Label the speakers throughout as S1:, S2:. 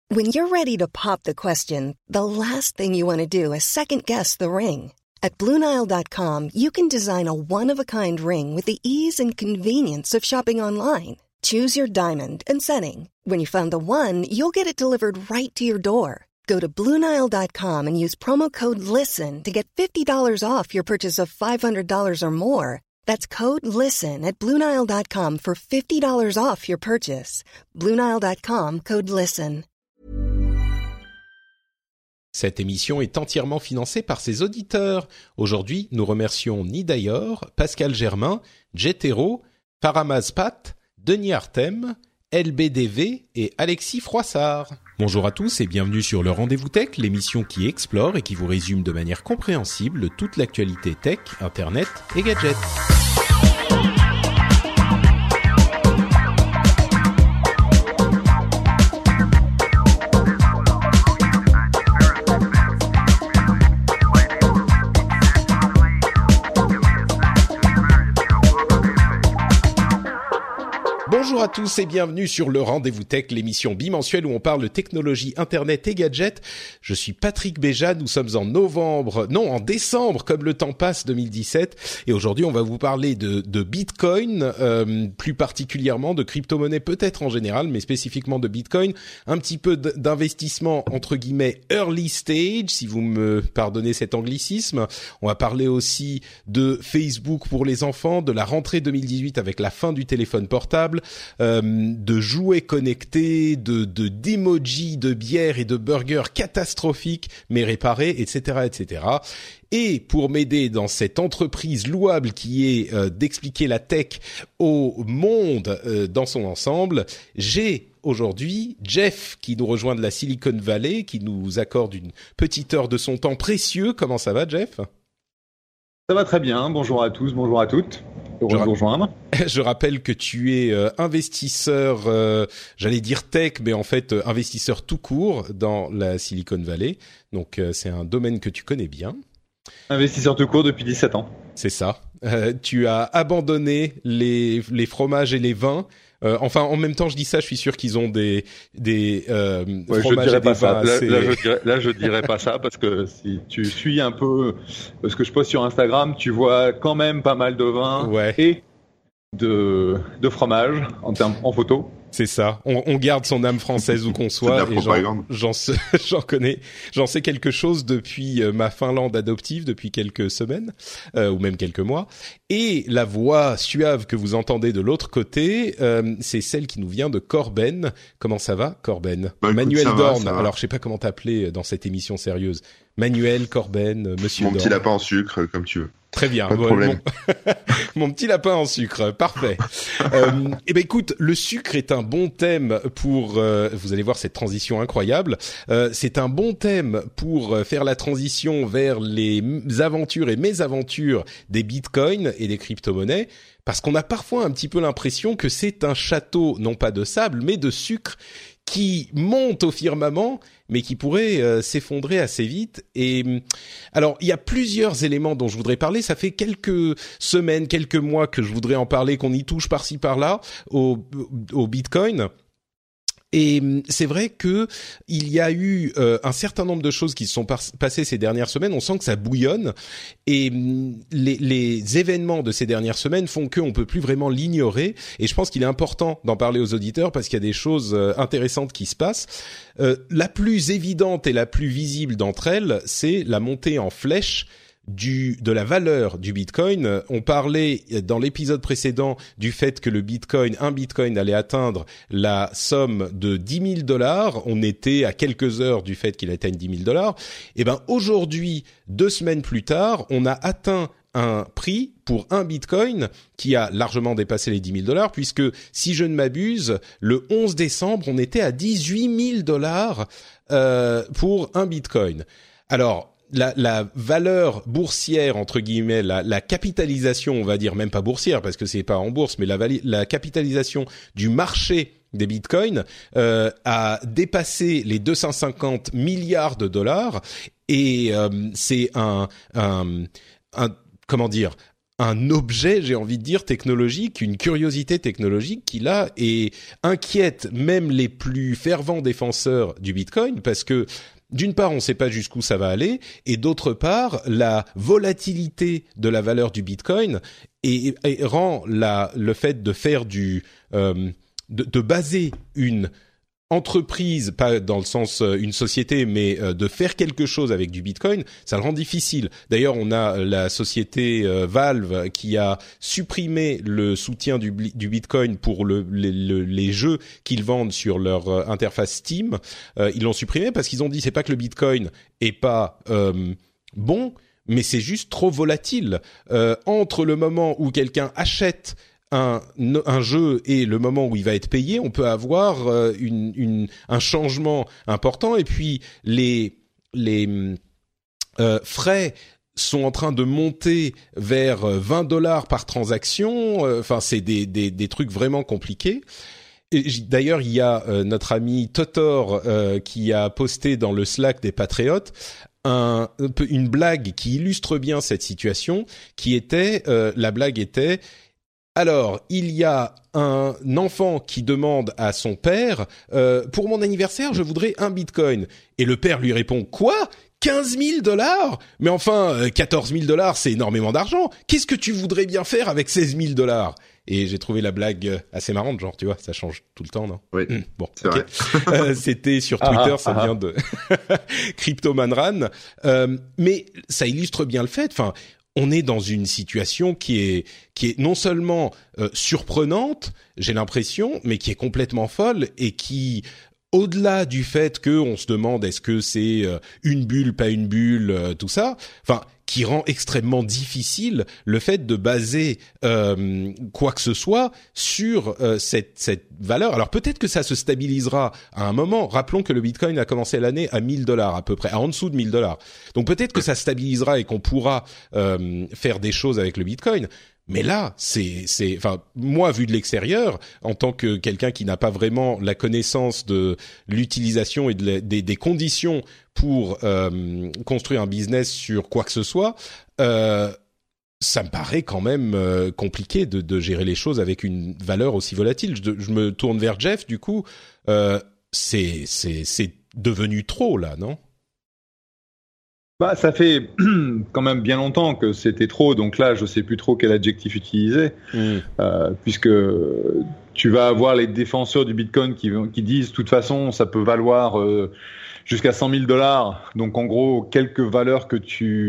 S1: When you're ready to pop the question, the last thing you want to do is second-guess the ring. At BlueNile.com, you can design a one-of-a-kind ring with the ease and convenience of shopping online. Choose your diamond and setting. When you find the one, you'll get it delivered right to your door. Go to BlueNile.com and use promo code LISTEN to get $50 off your purchase of $500 or more. That's code LISTEN at BlueNile.com for $50 off your purchase. BlueNile.com, code LISTEN.
S2: Cette émission est entièrement financée par ses auditeurs. Aujourd'hui, nous remercions Nidayor, Pascal Germain, Jetero, Paramazpat, Denis Artem, LBDV et Alexis Froissart. Bonjour à tous et bienvenue sur le Rendez-vous Tech, l'émission qui explore et qui vous résume de manière compréhensible toute l'actualité tech, internet et gadgets. Bonjour à tous et bienvenue sur le Rendez-vous Tech, l'émission bimensuelle où on parle de technologie, internet et gadgets. Je suis Patrick Béja, nous sommes en décembre, comme le temps passe 2017. Et aujourd'hui, on va vous parler de Bitcoin, plus particulièrement de crypto-monnaies peut-être en général, mais spécifiquement de Bitcoin. Un petit peu d'investissement, entre guillemets, early stage, si vous me pardonnez cet anglicisme. On va parler aussi de Facebook pour les enfants, de la rentrée 2018 avec la fin du téléphone portable, de jouets connectés, d'emojis, de bières et de burgers catastrophiques mais réparés, etc., etc. Et pour m'aider dans cette entreprise louable qui est d'expliquer la tech au monde dans son ensemble, j'ai aujourd'hui Jeff qui nous rejoint de la Silicon Valley, qui nous accorde une petite heure de son temps précieux. Comment ça va, Jeff ?
S3: Ça va très bien, bonjour à tous, bonjour à toutes. Heureux de vous rejoindre.
S2: Je rappelle que tu es investisseur, j'allais dire tech, mais en fait investisseur tout court dans la Silicon Valley. Donc c'est un domaine que tu connais bien.
S3: Investisseur tout court depuis 17 ans.
S2: C'est ça. Tu as abandonné les fromages et les vins. Enfin, en même temps, je dis ça, je suis sûr qu'ils ont des fromages et des vins.
S3: Là, je dirais pas ça parce que si tu suis un peu ce que je poste sur Instagram, tu vois quand même pas mal de vins et de fromage en photo.
S2: C'est ça. On garde son âme française où qu'on soit.
S4: C'est de la propagande.
S2: J'en sais quelque chose depuis ma Finlande adoptive depuis quelques semaines ou même quelques mois. Et la voix suave que vous entendez de l'autre côté, c'est celle qui nous vient de Corben. Comment ça va, Corben? Manuel Dorn. Alors je sais pas comment t'appeler dans cette émission sérieuse. Manuel, Corben, Monsieur Dorn.
S4: Mon petit lapin en sucre, comme tu veux.
S2: Très bien.
S4: Pas de problème.
S2: Mon petit lapin en sucre, parfait. Eh ben écoute, le sucre est un bon thème pour. Vous allez voir cette transition incroyable. C'est un bon thème pour faire la transition vers les aventures et mésaventures des bitcoins et des crypto-monnaies, parce qu'on a parfois un petit peu l'impression que c'est un château non pas de sable mais de sucre qui monte au firmament, mais qui pourrait s'effondrer assez vite. Et alors, il y a plusieurs éléments dont je voudrais parler. Ça fait quelques semaines, quelques mois que je voudrais en parler, qu'on y touche par-ci par-là au Bitcoin. Et c'est vrai que il y a eu un certain nombre de choses qui se sont passées ces dernières semaines. On sent que ça bouillonne et les événements de ces dernières semaines font qu'on peut plus vraiment l'ignorer. Et je pense qu'il est important d'en parler aux auditeurs parce qu'il y a des choses intéressantes qui se passent. La plus évidente et la plus visible d'entre elles, c'est la montée en flèche de la valeur du Bitcoin. On parlait dans l'épisode précédent du fait que un Bitcoin allait atteindre la somme de $10,000. On était à quelques heures du fait qu'il atteigne $10,000. Et ben aujourd'hui, 2 semaines plus tard, on a atteint un prix pour un Bitcoin qui a largement dépassé les $10,000 puisque, si je ne m'abuse, le 11 décembre, on était à $18,000 pour un Bitcoin. Alors, la valeur boursière, entre guillemets, la capitalisation, on va dire, même pas boursière parce que c'est pas en bourse, mais la capitalisation du marché des bitcoins a dépassé les 250 milliards de dollars et c'est comment dire, un objet, j'ai envie de dire, technologique, une curiosité technologique qui là et inquiète même les plus fervents défenseurs du Bitcoin, parce que d'une part, on ne sait pas jusqu'où ça va aller, et d'autre part, la volatilité de la valeur du Bitcoin et rend le fait de faire de baser une entreprise, pas dans le sens une société, mais de faire quelque chose avec du Bitcoin, ça le rend difficile. D'ailleurs, on a la société Valve qui a supprimé le soutien du Bitcoin pour les jeux qu'ils vendent sur leur interface Steam. Ils l'ont supprimé parce qu'ils ont dit c'est pas que le Bitcoin est pas bon, mais c'est juste trop volatile. Entre le moment où quelqu'un achète un jeu et le moment où il va être payé, on peut avoir un changement important, et puis les frais sont en train de monter vers $20 par transaction. Enfin, c'est des trucs vraiment compliqués. Et d'ailleurs, il y a notre ami Totor qui a posté dans le Slack des Patriotes une blague qui illustre bien cette situation, qui était la blague était: alors, il y a un enfant qui demande à son père pour mon anniversaire, je voudrais un Bitcoin. Et le père lui répond: quoi ? 15 000 $? Mais enfin, 14 000 $, c'est énormément d'argent. Qu'est-ce que tu voudrais bien faire avec 16 000 $? Et j'ai trouvé la blague assez marrante, genre, tu vois, ça change tout le temps, non ?
S4: Oui,
S2: bon,
S4: c'est
S2: okay.
S4: vrai.
S2: C'était sur Twitter, ça vient de Cryptomanran. Mais ça illustre bien le fait, enfin, on est dans une situation qui est non seulement surprenante, j'ai l'impression, mais qui est complètement folle, et qui, au-delà du fait qu'on se demande est-ce que c'est une bulle, pas une bulle, tout ça, enfin, qui rend extrêmement difficile le fait de baser quoi que ce soit sur cette valeur. Alors peut-être que ça se stabilisera à un moment. Rappelons que le Bitcoin a commencé l'année à $1,000 à peu près, en dessous de $1,000. Donc peut-être que ça stabilisera et qu'on pourra faire des choses avec le Bitcoin. Mais là, enfin, moi, vu de l'extérieur, en tant que quelqu'un qui n'a pas vraiment la connaissance de l'utilisation et des conditions pour construire un business sur quoi que ce soit, ça me paraît quand même compliqué de gérer les choses avec une valeur aussi volatile. Je me tourne vers Jeff, du coup, c'est devenu trop, là, non ?
S3: Bah, ça fait quand même bien longtemps que c'était trop, donc là, je sais plus trop quel adjectif utiliser, puisque tu vas avoir les défenseurs du Bitcoin qui disent, de toute façon, ça peut valoir jusqu'à 100 000 $. Donc, en gros, quelques valeurs que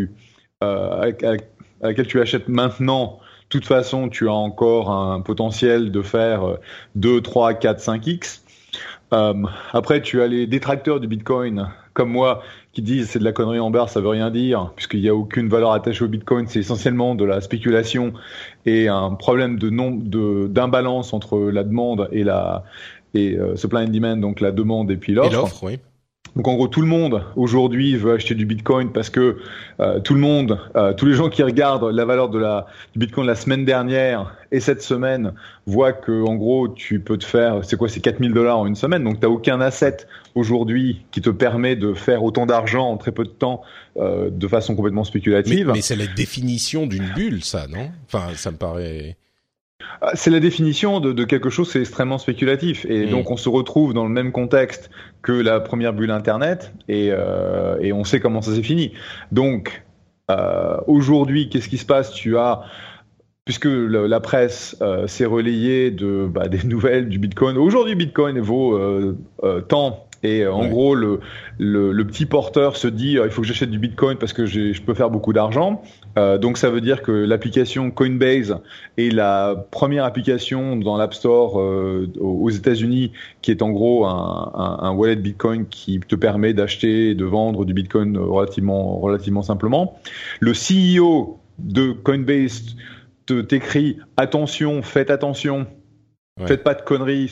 S3: à laquelle tu achètes maintenant, de toute façon, tu as encore un potentiel de faire 2, 3, 4, 5x. Après, tu as les détracteurs du Bitcoin, comme moi, qui disent c'est de la connerie en barre, ça veut rien dire, puisqu'il n'y a aucune valeur attachée au Bitcoin, c'est essentiellement de la spéculation et un problème d'imbalance entre la demande et supply and demand, donc la demande et puis l'offre.
S2: Et l'offre, oui.
S3: Donc en gros, tout le monde aujourd'hui veut acheter du Bitcoin parce que tous les gens qui regardent la valeur du Bitcoin la semaine dernière et cette semaine voient que en gros tu peux te faire, c'est 4 000 $ en une semaine. Donc t'as aucun asset aujourd'hui qui te permet de faire autant d'argent en très peu de temps de façon complètement spéculative.
S2: Mais c'est la définition d'une bulle, ça, non ? Enfin, ça me paraît.
S3: C'est la définition de quelque chose, c'est extrêmement spéculatif. Et donc, on se retrouve dans le même contexte que la première bulle Internet et on sait comment ça s'est fini. Donc, aujourd'hui, qu'est-ce qui se passe ? Puisque la presse s'est relayée des nouvelles du Bitcoin. Aujourd'hui, Bitcoin vaut tant. Et en gros, le petit porteur se dit il faut que j'achète du Bitcoin parce que je peux faire beaucoup d'argent. Donc ça veut dire que l'application Coinbase est la première application dans l'App Store aux États-Unis qui est en gros un wallet Bitcoin qui te permet d'acheter et de vendre du Bitcoin relativement simplement. Le CEO de Coinbase t'écrit attention, faites attention. Ouais. Faites pas de conneries,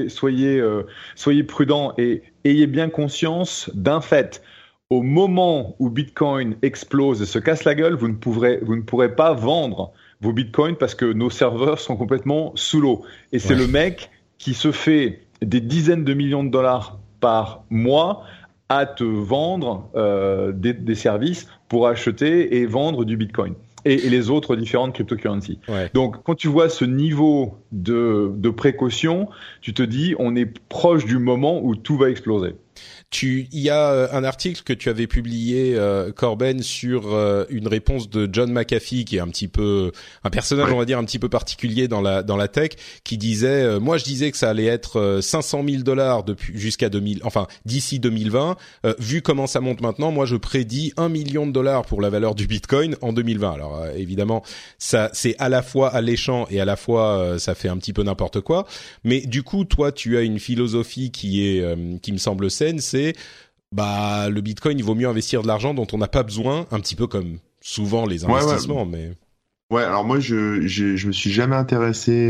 S3: soyez prudents et ayez bien conscience d'un fait. Au moment où Bitcoin explose et se casse la gueule, vous ne pourrez pas vendre vos Bitcoins parce que nos serveurs sont complètement sous l'eau. Et c'est le mec qui se fait des dizaines de millions de dollars par mois à te vendre des services pour acheter et vendre du Bitcoin. et les autres différentes cryptocurrencies. Ouais. Donc, quand tu vois ce niveau de précaution, tu te dis, on est proche du moment où tout va exploser.
S2: Il y a un article que tu avais publié, Corben, sur une réponse de John McAfee, qui est un personnage, on va dire, un petit peu particulier dans la tech, qui disait, moi je disais que ça allait être $500,000 jusqu'à d'ici 2020. Vu comment ça monte maintenant, moi je prédis $1 million pour la valeur du Bitcoin en 2020. Alors évidemment, ça c'est à la fois alléchant et à la fois ça fait un petit peu n'importe quoi. Mais du coup, toi, tu as une philosophie qui me semble saine, c'est le Bitcoin, il vaut mieux investir de l'argent dont on n'a pas besoin, un petit peu comme souvent les investissements, mais...
S4: Ouais, alors moi je me suis jamais intéressé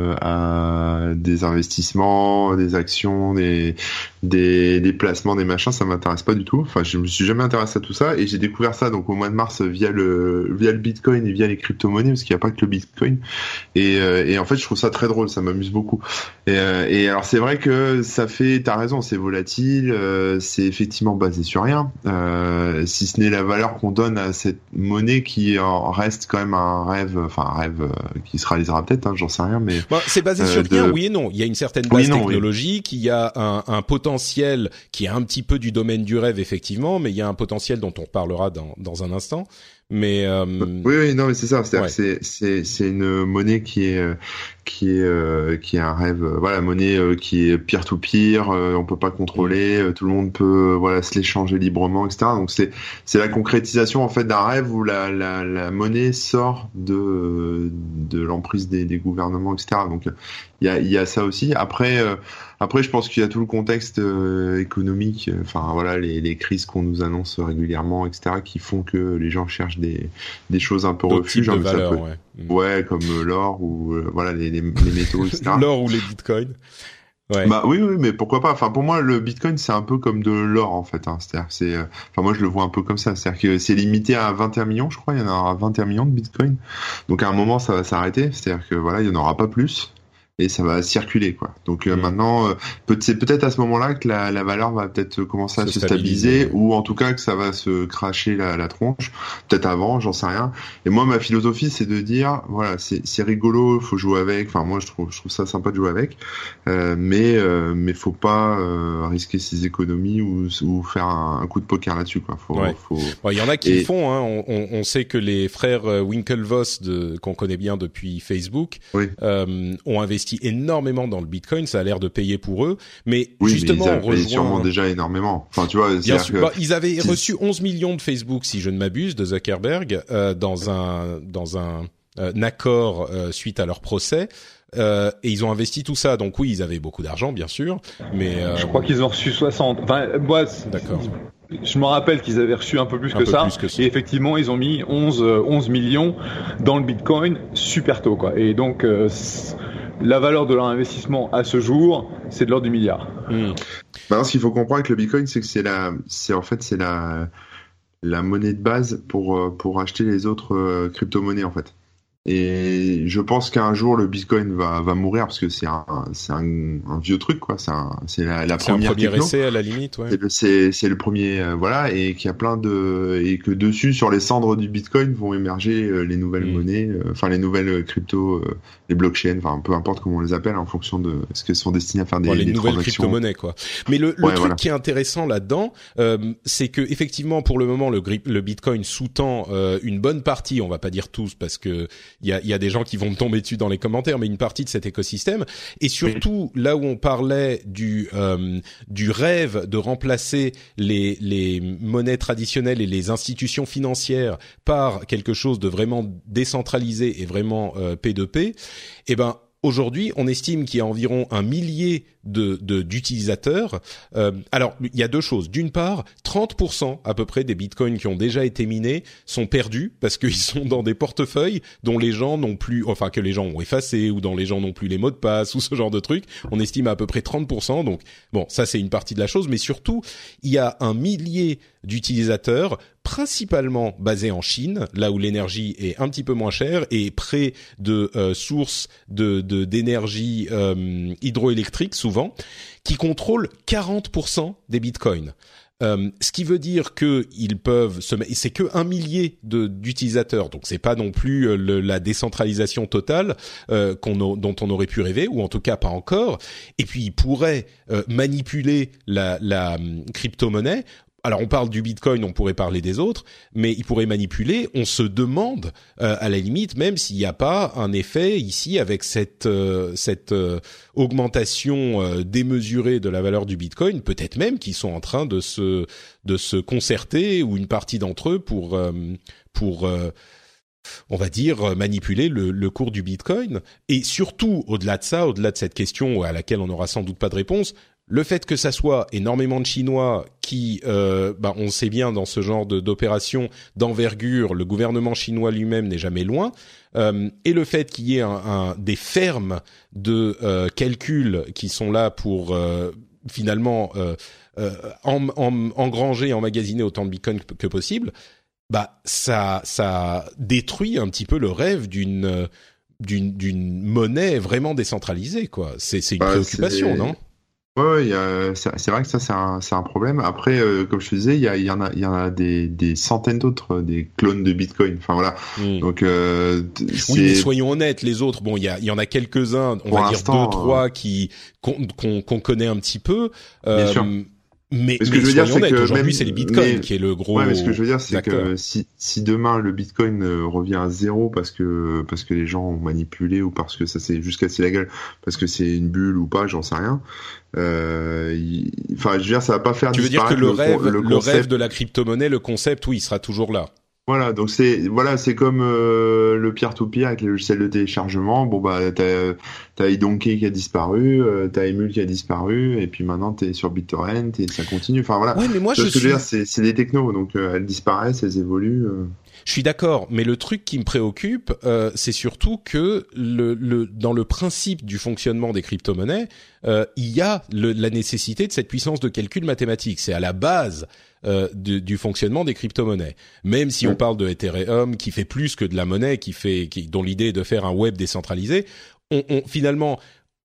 S4: à des investissements, des actions, des placements, des machins, ça m'intéresse pas du tout. Enfin, je me suis jamais intéressé à tout ça et j'ai découvert ça donc au mois de mars via le Bitcoin et via les crypto-monnaies parce qu'il y a pas que le Bitcoin et en fait, je trouve ça très drôle, ça m'amuse beaucoup. Et alors c'est vrai que t'as raison, c'est volatile, c'est effectivement basé sur rien. Si ce n'est la valeur qu'on donne à cette monnaie qui reste quand même un rêve qui se réalisera peut-être, j'en sais rien, mais
S2: c'est basé sur rien, oui et non. Il y a une certaine base technologique, il y a un potentiel qui est un petit peu du domaine du rêve effectivement, mais il y a un potentiel dont on reparlera dans un instant. Mais
S4: oui, non, mais c'est ça. C'est-à-dire que c'est une monnaie qui est un rêve. Voilà, monnaie qui est peer-to-peer. On peut pas contrôler. Tout le monde peut se l'échanger librement, etc. Donc c'est la concrétisation en fait d'un rêve où la monnaie sort de l'emprise des gouvernements, etc. Donc il y a ça aussi. Après, je pense qu'il y a tout le contexte économique. Les crises qu'on nous annonce régulièrement, etc., qui font que les gens cherchent des choses un peu refuges, comme l'or ou les métaux, etc.
S2: L'or ou les bitcoins. Ouais.
S4: Oui, mais pourquoi pas. Enfin, pour moi, le Bitcoin, c'est un peu comme de l'or, en fait. C'est-à-dire, moi, je le vois un peu comme ça. C'est-à-dire que c'est limité à 21 millions, je crois. Il y en aura 21 millions de Bitcoin. Donc, à un moment, ça va s'arrêter. C'est-à-dire que il y en aura pas plus. Et ça va circuler, quoi. Donc maintenant, c'est peut-être à ce moment-là que la valeur va peut-être commencer à se stabiliser, ou en tout cas que ça va se cracher la tronche. Peut-être avant, j'en sais rien. Et moi, ma philosophie, c'est de dire, c'est rigolo, faut jouer avec. Enfin, moi, je trouve ça sympa de jouer avec, mais faut pas risquer ses économies ou faire un coup de poker là-dessus, quoi.
S2: Il y en a qui le font. On sait que les frères Winklevoss qu'on connaît bien depuis Facebook ont investi énormément dans le Bitcoin, ça a l'air de payer pour eux, mais justement
S4: on rejoint sûrement déjà énormément. Enfin, tu vois,
S2: bien sûr, ils avaient reçu 11 millions de Facebook, si je ne m'abuse, de Zuckerberg dans un accord suite à leur procès. Et ils ont investi tout ça, donc oui, ils avaient beaucoup d'argent, bien sûr, mais
S3: je crois qu'ils ont reçu 60. Enfin,
S2: d'accord.
S3: Je me rappelle qu'ils avaient reçu un peu plus que ça. Et effectivement, ils ont mis 11 millions dans le Bitcoin super tôt, quoi. Et donc, la valeur de leur investissement à ce jour, c'est de l'ordre du milliard.
S4: Ce qu'il faut comprendre avec le Bitcoin, c'est que c'est la monnaie de base pour acheter les autres crypto-monnaies, en fait. Et je pense qu'un jour le Bitcoin va mourir parce que c'est un vieux truc, quoi. C'est la première
S2: un premier essai à la limite, ouais.
S4: C'est le premier, et qu'il y a et que dessus, sur les cendres du Bitcoin, vont émerger les nouvelles monnaies, les nouvelles cryptos, les blockchains, peu importe comment on les appelle, en fonction de ce qu'elles sont destinées à faire des
S2: nouvelles crypto-monnaies, quoi. Mais le truc qui est intéressant là-dedans, c'est que effectivement, pour le moment, le Bitcoin sous-tend une bonne partie, on va pas dire tous, parce que il y a des gens qui vont me tomber dessus dans les commentaires, mais une partie de cet écosystème. Et surtout, là où on parlait du rêve de remplacer les monnaies traditionnelles et les institutions financières par quelque chose de vraiment décentralisé et vraiment P2P, aujourd'hui, on estime qu'il y a environ 1 millier d'utilisateurs. Alors, il y a deux choses. D'une part, 30% à peu près des bitcoins qui ont déjà été minés sont perdus parce qu'ils sont dans des portefeuilles dont les gens n'ont plus, que les gens ont effacé, ou dont les gens n'ont plus les mots de passe, ou ce genre de trucs. On estime à peu près 30%. Donc, bon, ça c'est une partie de la chose, mais surtout, il y a 1 millier d'utilisateurs principalement basés en Chine, là où l'énergie est un petit peu moins chère et près de sources d'énergie hydroélectrique souvent, qui contrôlent 40% des bitcoins. Ce qui veut dire que ils peuvent c'est que 1 millier d'utilisateurs, donc c'est pas non plus la décentralisation totale dont on aurait pu rêver, ou en tout cas pas encore. Et puis ils pourraient manipuler la crypto-monnaie. Alors on parle du Bitcoin, on pourrait parler des autres, mais ils pourraient manipuler. On se demande, à la limite, même s'il n'y a pas un effet ici avec cette augmentation démesurée de la valeur du Bitcoin, peut-être même qu'ils sont en train de se concerter, ou une partie d'entre eux pour on va dire manipuler le cours du Bitcoin. Et surtout, au-delà de cette question à laquelle on n'aura sans doute pas de réponse, le fait que ça soit énormément de Chinois qui, on sait bien dans ce genre d'opération d'envergure, le gouvernement chinois lui-même n'est jamais loin, et le fait qu'il y ait des fermes de calcul qui sont là pour finalement engranger et emmagasiner autant de Bitcoin que possible, ça détruit un petit peu le rêve d'une monnaie vraiment décentralisée, quoi. C'est une préoccupation, non?
S4: Ouais, c'est vrai que ça c'est un problème. Après, comme je te disais, il y en a des centaines d'autres, des clones de Bitcoin. Enfin voilà. Donc
S2: oui, mais soyons honnêtes, les autres, bon, il y en a quelques-uns, on va dire 2-3 qu'on connaît un petit peu.
S4: Bien sûr.
S2: Mais ce que je veux dire, c'est que aujourd'hui, c'est les bitcoins qui est le gros.
S4: Ouais, mais ce que je veux dire, c'est que si demain le bitcoin revient à zéro parce que les gens ont manipulé, ou parce que ça s'est juste cassé la gueule, parce que c'est une bulle ou pas, j'en sais rien. Enfin, je veux dire, ça va pas faire.
S2: Tu veux dire que le rêve de la crypto-monnaie, le concept, oui, il sera toujours là.
S4: Voilà, donc c'est comme le peer-to-peer avec les logiciels de téléchargement. Bon t'as iDonkey qui a disparu, t'as Emule qui a disparu, et puis maintenant t'es sur BitTorrent et ça continue. Enfin voilà.
S2: Ouais, mais moi
S4: ce que je veux dire, c'est des technos, donc elles disparaissent, elles évoluent.
S2: Je suis d'accord, mais le truc qui me préoccupe, c'est surtout que dans le principe du fonctionnement des crypto-monnaies, il y a la nécessité de cette puissance de calcul mathématique. C'est à la base du fonctionnement des crypto-monnaies. Même si on parle de Ethereum, qui fait plus que de la monnaie, dont l'idée est de faire un web décentralisé, finalement,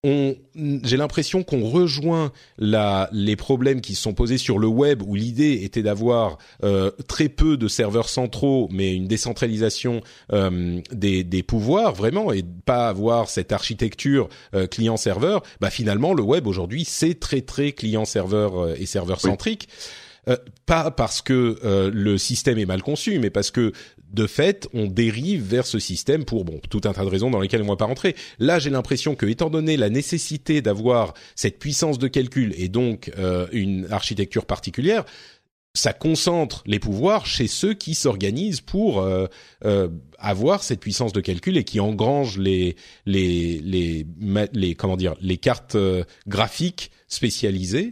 S2: j'ai l'impression qu'on rejoint les problèmes qui se sont posés sur le web, où l'idée était d'avoir très peu de serveurs centraux, mais une décentralisation des pouvoirs vraiment, et pas avoir cette architecture client-serveur. Finalement, le web aujourd'hui, c'est très très client-serveur et serveur centrique. Pas parce que le système est mal conçu, mais parce que de fait, on dérive vers ce système pour tout un tas de raisons dans lesquelles on ne va pas rentrer. Là, j'ai l'impression que, étant donné la nécessité d'avoir cette puissance de calcul et donc une architecture particulière, ça concentre les pouvoirs chez ceux qui s'organisent pour avoir cette puissance de calcul et qui engrangent les cartes graphiques spécialisées.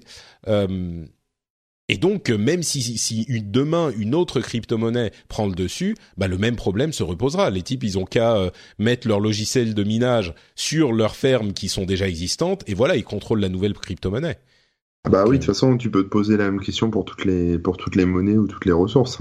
S2: Et donc, même si demain une autre crypto-monnaie prend le dessus, le même problème se reposera. Les types, ils ont qu'à mettre leur logiciel de minage sur leurs fermes qui sont déjà existantes, et voilà, ils contrôlent la nouvelle crypto-monnaie.
S4: Oui, de toute façon, tu peux te poser la même question pour toutes les monnaies ou toutes les ressources.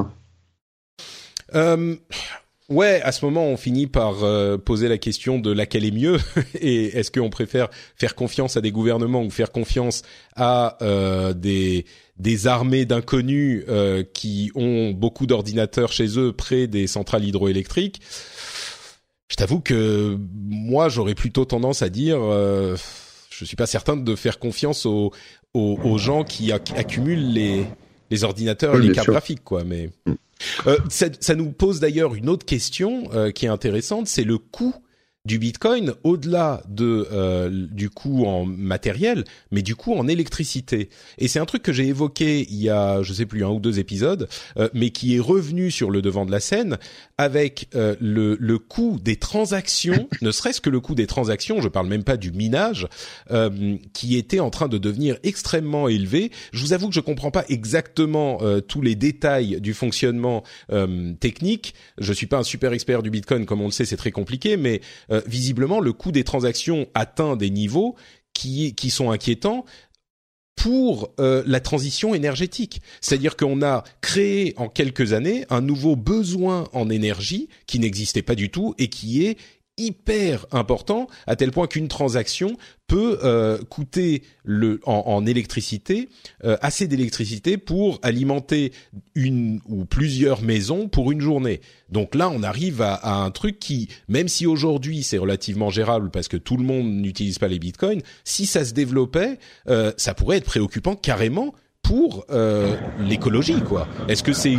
S2: Ouais, à ce moment, on finit par poser la question de laquelle est mieux, et est-ce qu'on préfère faire confiance à des gouvernements ou faire confiance à des armées d'inconnus qui ont beaucoup d'ordinateurs chez eux près des centrales hydroélectriques. Je t'avoue que moi, j'aurais plutôt tendance à dire, je suis pas certain de faire confiance aux gens qui accumulent les ordinateurs et les cartes graphiques, quoi. Mais ça nous pose d'ailleurs une autre question qui est intéressante, c'est le coût du Bitcoin, au-delà du coût en matériel, mais du coût en électricité. Et c'est un truc que j'ai évoqué il y a, je sais plus, 1 ou 2 épisodes, mais qui est revenu sur le devant de la scène avec le coût des transactions, ne serait-ce que le coût des transactions, je parle même pas du minage, qui était en train de devenir extrêmement élevé. Je vous avoue que je comprends pas exactement tous les détails du fonctionnement technique. Je suis pas un super expert du Bitcoin, comme on le sait, c'est très compliqué, mais visiblement, le coût des transactions atteint des niveaux qui sont inquiétants. pour la transition énergétique. C'est-à-dire qu'on a créé en quelques années un nouveau besoin en énergie qui n'existait pas du tout et qui est hyper important, à tel point qu'une transaction peut coûter en électricité assez d'électricité pour alimenter une ou plusieurs maisons pour une journée. Donc là, on arrive à un truc qui, même si aujourd'hui c'est relativement gérable parce que tout le monde n'utilise pas les bitcoins, si ça se développait, ça pourrait être préoccupant carrément pour l'écologie, quoi. Est-ce que c'est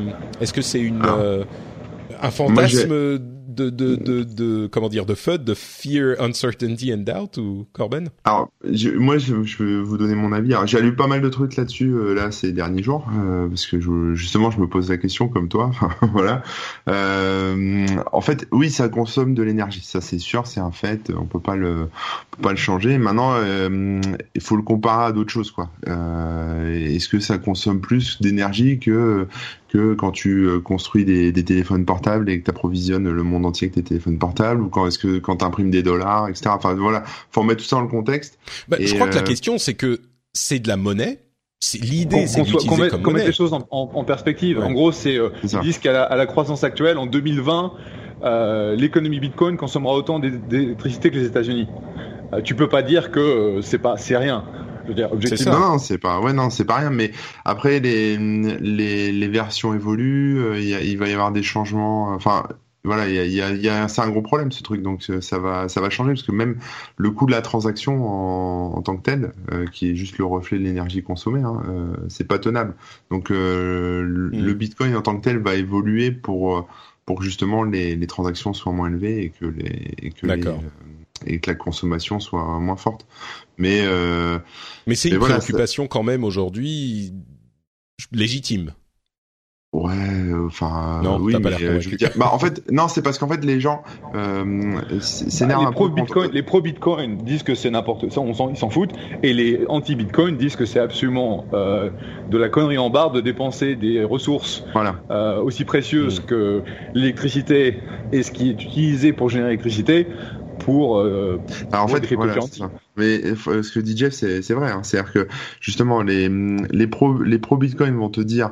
S2: un fantasme comment dire, de FUD, de Fear, Uncertainty and Doubt, ou Corben?
S4: Alors, je vais vous donner mon avis. Alors, j'ai lu pas mal de trucs là-dessus, là, ces derniers jours, parce que justement, je me pose la question comme toi. Voilà. En fait, oui, ça consomme de l'énergie. Ça, c'est sûr, c'est un fait. On peut pas le changer. Maintenant, il faut le comparer à d'autres choses, quoi. Est-ce que ça consomme plus d'énergie que quand tu construis des téléphones portables et que tu approvisionnes le monde entier avec tes téléphones portables, ou quand tu imprimes des dollars, etc. Enfin voilà, faut mettre tout ça dans le contexte.
S2: Je crois que la question, c'est que c'est de la monnaie. L'idée, c'est d'utiliser comme monnaie.
S3: Qu'on mette les choses en perspective. Ouais. En gros, ils disent qu'à la croissance actuelle, en 2020, l'économie Bitcoin consommera autant d'électricité que les États-Unis. Tu peux pas dire que c'est rien. Je veux dire, objectivement.
S4: Non, c'est pas rien. Mais après, les versions évoluent. Il va y avoir des changements. Enfin, voilà, c'est un gros problème, ce truc. Donc ça va changer, parce que même le coût de la transaction en tant que tel, qui est juste le reflet de l'énergie consommée, c'est pas tenable. Donc le Bitcoin en tant que tel va évoluer pour que justement les transactions soient moins élevées et que la consommation soit moins forte. Mais
S2: c'est une préoccupation quand même aujourd'hui légitime.
S4: Ouais, enfin,
S2: non,
S4: oui,
S2: t'as pas l'air convaincu.
S4: Je veux dire, en fait, non, c'est parce qu'en fait, les gens s'énervent un peu.
S3: Les pro-Bitcoin disent que c'est n'importe quoi, ils s'en foutent, et les anti-Bitcoin disent que c'est absolument de la connerie en barre de dépenser des ressources aussi précieuses que l'électricité et ce qui est utilisé pour générer l'électricité pour alors
S4: en fait, voilà, c'est ça. Mais ce que dit Jeff, c'est vrai. C'est-à-dire que justement, les pro Bitcoin vont te dire,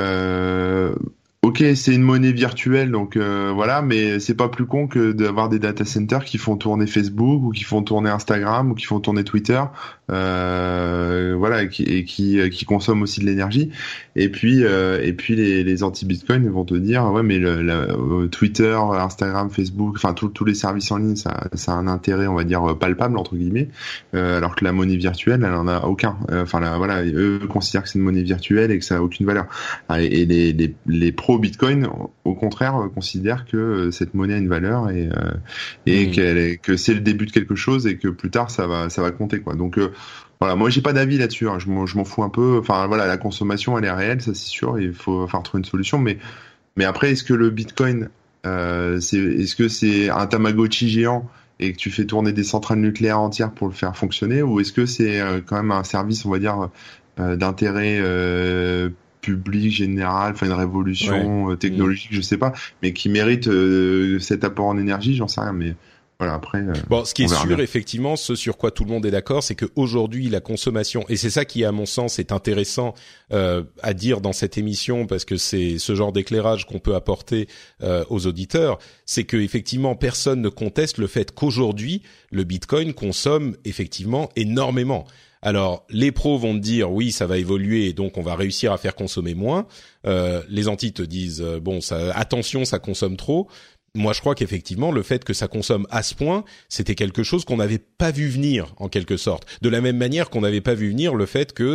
S4: ok, c'est une monnaie virtuelle, donc voilà, mais c'est pas plus con que d'avoir des data centers qui font tourner Facebook, ou qui font tourner Instagram, ou qui font tourner Twitter, voilà, et qui consomment aussi de l'énergie. Et puis les anti-Bitcoin vont te dire, ouais, mais Twitter, Instagram, Facebook, enfin tous les services en ligne, ça a un intérêt, on va dire, palpable entre guillemets, alors que la monnaie virtuelle, elle en a aucun. Enfin là, eux considèrent que c'est une monnaie virtuelle et que ça a aucune valeur. Et les pro Bitcoin, au contraire, considèrent que cette monnaie a une valeur et que c'est le début de quelque chose et que plus tard ça va compter, quoi. Donc voilà, moi j'ai pas d'avis là-dessus. Je m'en fous un peu. Enfin voilà, la consommation elle est réelle, ça c'est sûr. Il faut trouver une solution. Mais après, est-ce que le Bitcoin, est-ce que c'est un Tamagotchi géant et que tu fais tourner des centrales nucléaires entières pour le faire fonctionner, ou est-ce que c'est quand même un service, on va dire, d'intérêt public général, enfin une révolution technologique, je sais pas, mais qui mérite cet apport en énergie, j'en sais rien, mais voilà, après
S2: bon, ce qui est sûr, effectivement, ce sur quoi tout le monde est d'accord, c'est que aujourd'hui la consommation, et c'est ça qui à mon sens est intéressant à dire dans cette émission, parce que c'est ce genre d'éclairage qu'on peut apporter aux auditeurs, c'est que effectivement personne ne conteste le fait qu'aujourd'hui le Bitcoin consomme effectivement énormément. Alors, les pros vont te dire, oui, ça va évoluer et donc on va réussir à faire consommer moins. Les anti te disent, attention, ça consomme trop. Moi, je crois qu'effectivement, le fait que ça consomme à ce point, c'était quelque chose qu'on n'avait pas vu venir, en quelque sorte. De la même manière qu'on n'avait pas vu venir le fait que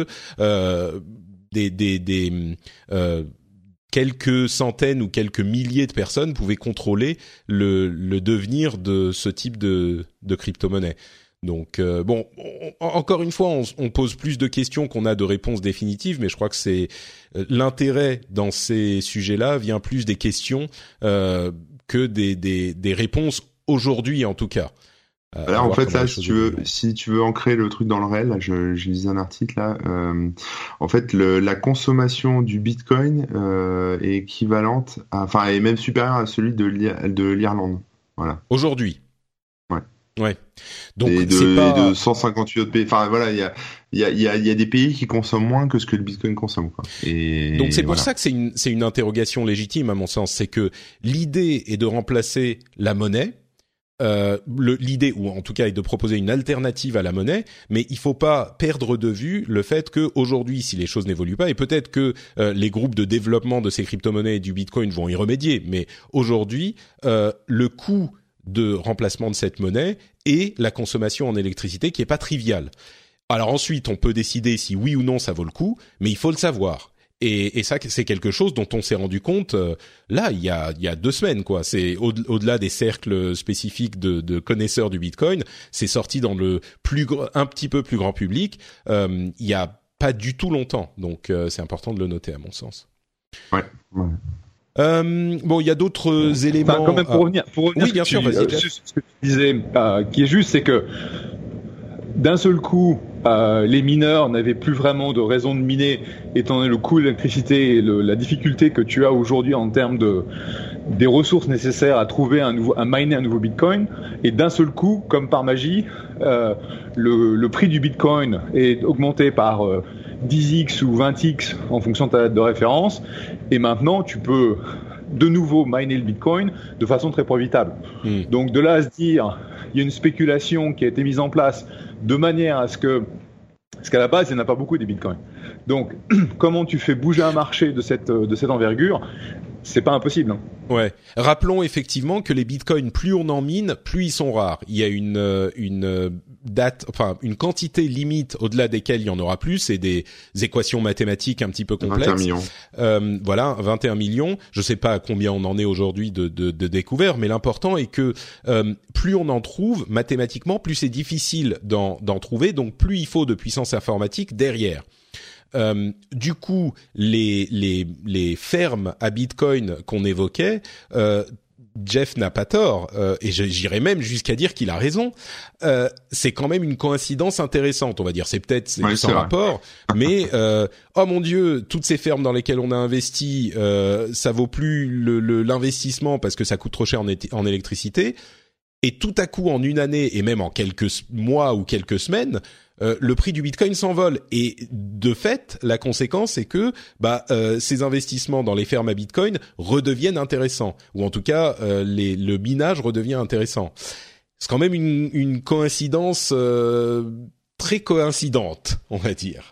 S2: quelques centaines ou quelques milliers de personnes pouvaient contrôler le devenir de ce type de crypto-monnaie. Donc encore une fois, on pose plus de questions qu'on a de réponses définitives, mais je crois que c'est l'intérêt dans ces sujets-là vient plus des questions que des réponses aujourd'hui, en tout cas.
S4: Là, en fait, là, si tu veux ancrer le truc dans le réel, là, je lisais un article là. En fait, la consommation du Bitcoin est équivalente, est même supérieure à celui de l'Irlande. Voilà.
S2: Aujourd'hui.
S4: Ouais.
S2: Ouais. Donc
S4: c'est pas de 158 autres pays. Enfin voilà, il y a des pays qui consomment moins que ce que le Bitcoin consomme, quoi. Et
S2: donc c'est pour ça que c'est une interrogation légitime à mon sens, c'est que l'idée est de remplacer la monnaie. L'idée, ou en tout cas, est de proposer une alternative à la monnaie, mais il faut pas perdre de vue le fait que aujourd'hui, si les choses n'évoluent pas, et peut-être que les groupes de développement de ces crypto-monnaies et du Bitcoin vont y remédier, mais aujourd'hui, le coût de remplacement de cette monnaie est la consommation en électricité qui est pas triviale. Alors ensuite, on peut décider si oui ou non ça vaut le coup, mais il faut le savoir. Et ça, c'est quelque chose dont on s'est rendu compte là il y a 2 semaines, quoi. C'est au-delà des cercles spécifiques de connaisseurs du Bitcoin, c'est sorti dans le un petit peu plus grand public. Il y a pas du tout longtemps, donc c'est important de le noter à mon sens.
S4: Ouais.
S2: Bon, il y a d'autres éléments.
S3: Enfin, quand même pour revenir.
S2: Oui, bien sûr. Vas-y.
S3: Ce que tu disais, qui est juste, c'est que d'un seul coup, les mineurs n'avaient plus vraiment de raison de miner, étant donné le coût de l'électricité et la difficulté que tu as aujourd'hui en termes des ressources nécessaires à trouver à miner un nouveau Bitcoin. Et d'un seul coup, comme par magie, le prix du Bitcoin est augmenté par 10x ou 20x en fonction de ta date de référence. Et maintenant, tu peux de nouveau miner le Bitcoin de façon très profitable. Donc de là à se dire, il y a une spéculation qui a été mise en place de manière à ce qu'à la base, il n'y en a pas beaucoup des bitcoins. Donc, comment tu fais bouger un marché de cette envergure? C'est pas impossible. Hein.
S2: Ouais. Rappelons effectivement que les bitcoins, plus on en mine, plus ils sont rares. Il y a une quantité limite au-delà desquelles il y en aura plus. C'est des équations mathématiques un petit peu complexes.
S4: 21 millions.
S2: Voilà, 21 millions. Je sais pas à combien on en est aujourd'hui de découverts, mais l'important est que plus on en trouve mathématiquement, plus c'est difficile d'en trouver. Donc plus il faut de puissance informatique derrière. Du coup, les fermes à Bitcoin qu'on évoquait, Jeff n'a pas tort, et j'irais même jusqu'à dire qu'il a raison. C'est quand même une coïncidence intéressante, on va dire. C'est peut-être sans rapport, mais oh mon Dieu, toutes ces fermes dans lesquelles on a investi, ça vaut plus l'investissement parce que ça coûte trop cher en électricité. Et tout à coup, en une année, et même en quelques mois ou quelques semaines, le prix du Bitcoin s'envole. Et de fait, la conséquence, c'est que ces investissements dans les fermes à Bitcoin redeviennent intéressants. Ou en tout cas, le minage redevient intéressant. C'est quand même une coïncidence très coïncidente, on va dire.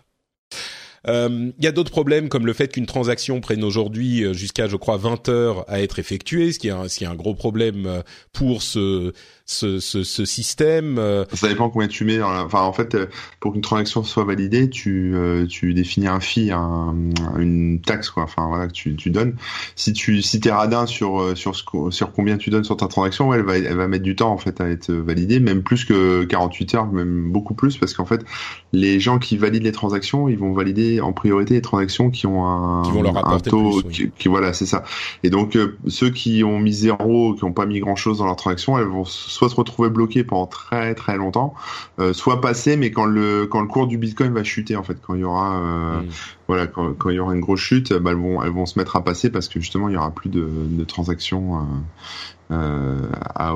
S2: Il y a d'autres problèmes comme le fait qu'une transaction prenne aujourd'hui jusqu'à, je crois, 20 heures à être effectuée, ce qui est un gros problème pour ce système.
S4: Ça dépend combien tu mets. Enfin, en fait, pour qu'une transaction soit validée, tu définis un fee, une taxe, quoi. Enfin, voilà, que tu donnes. Si t'es radin sur combien tu donnes sur ta transaction, ouais, elle va mettre du temps en fait à être validée, même plus que 48 heures, même beaucoup plus, parce qu'en fait, les gens qui valident les transactions, ils vont valider en priorité les transactions qui ont un taux plus, oui. qui voilà, c'est ça. Et donc ceux qui ont mis 0, qui n'ont pas mis grand chose dans leur transaction, elles vont soit se retrouver bloquées pendant très très longtemps, soit passer, mais quand le cours du Bitcoin va chuter en fait, quand il y aura voilà, quand il y aura une grosse chute, elles vont se mettre à passer parce que justement il y aura plus de transactions à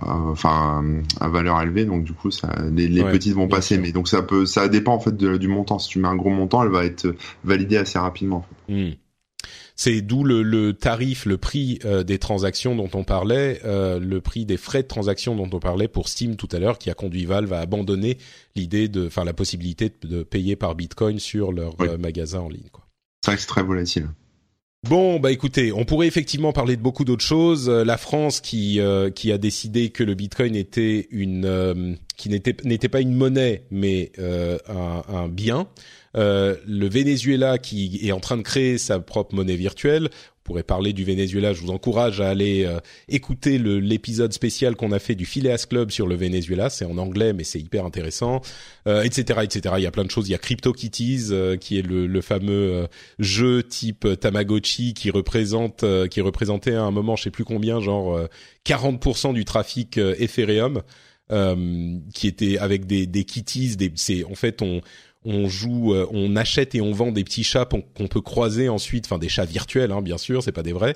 S4: valeur élevée, donc du coup les petites vont passer, mais donc ça dépend en fait du montant. Si tu mets un gros montant, elle va être validée assez rapidement en fait.
S2: C'est d'où le tarif, le prix des transactions dont on parlait, le prix des frais de transaction dont on parlait pour Steam tout à l'heure, qui a conduit Valve à abandonner la possibilité de payer par Bitcoin sur leur magasin en ligne, quoi.
S4: C'est vrai que c'est très volatile.
S2: Bon, écoutez, on pourrait effectivement parler de beaucoup d'autres choses. La France qui a décidé que le Bitcoin était n'était pas une monnaie, mais un bien. Le Venezuela qui est en train de créer sa propre monnaie virtuelle. On pourrait parler du Venezuela. Je vous encourage à aller écouter l'épisode spécial qu'on a fait du Phileas Club sur le Venezuela. C'est en anglais, mais c'est hyper intéressant, etc., etc. Il y a plein de choses. Il y a CryptoKitties, qui est le fameux jeu type Tamagotchi qui représentait à un moment, je sais plus combien, genre 40% du trafic Ethereum, qui était avec des kitties. En fait, on joue, on achète et on vend des petits chats qu'on peut croiser ensuite, enfin des chats virtuels, hein, bien sûr, c'est pas des vrais,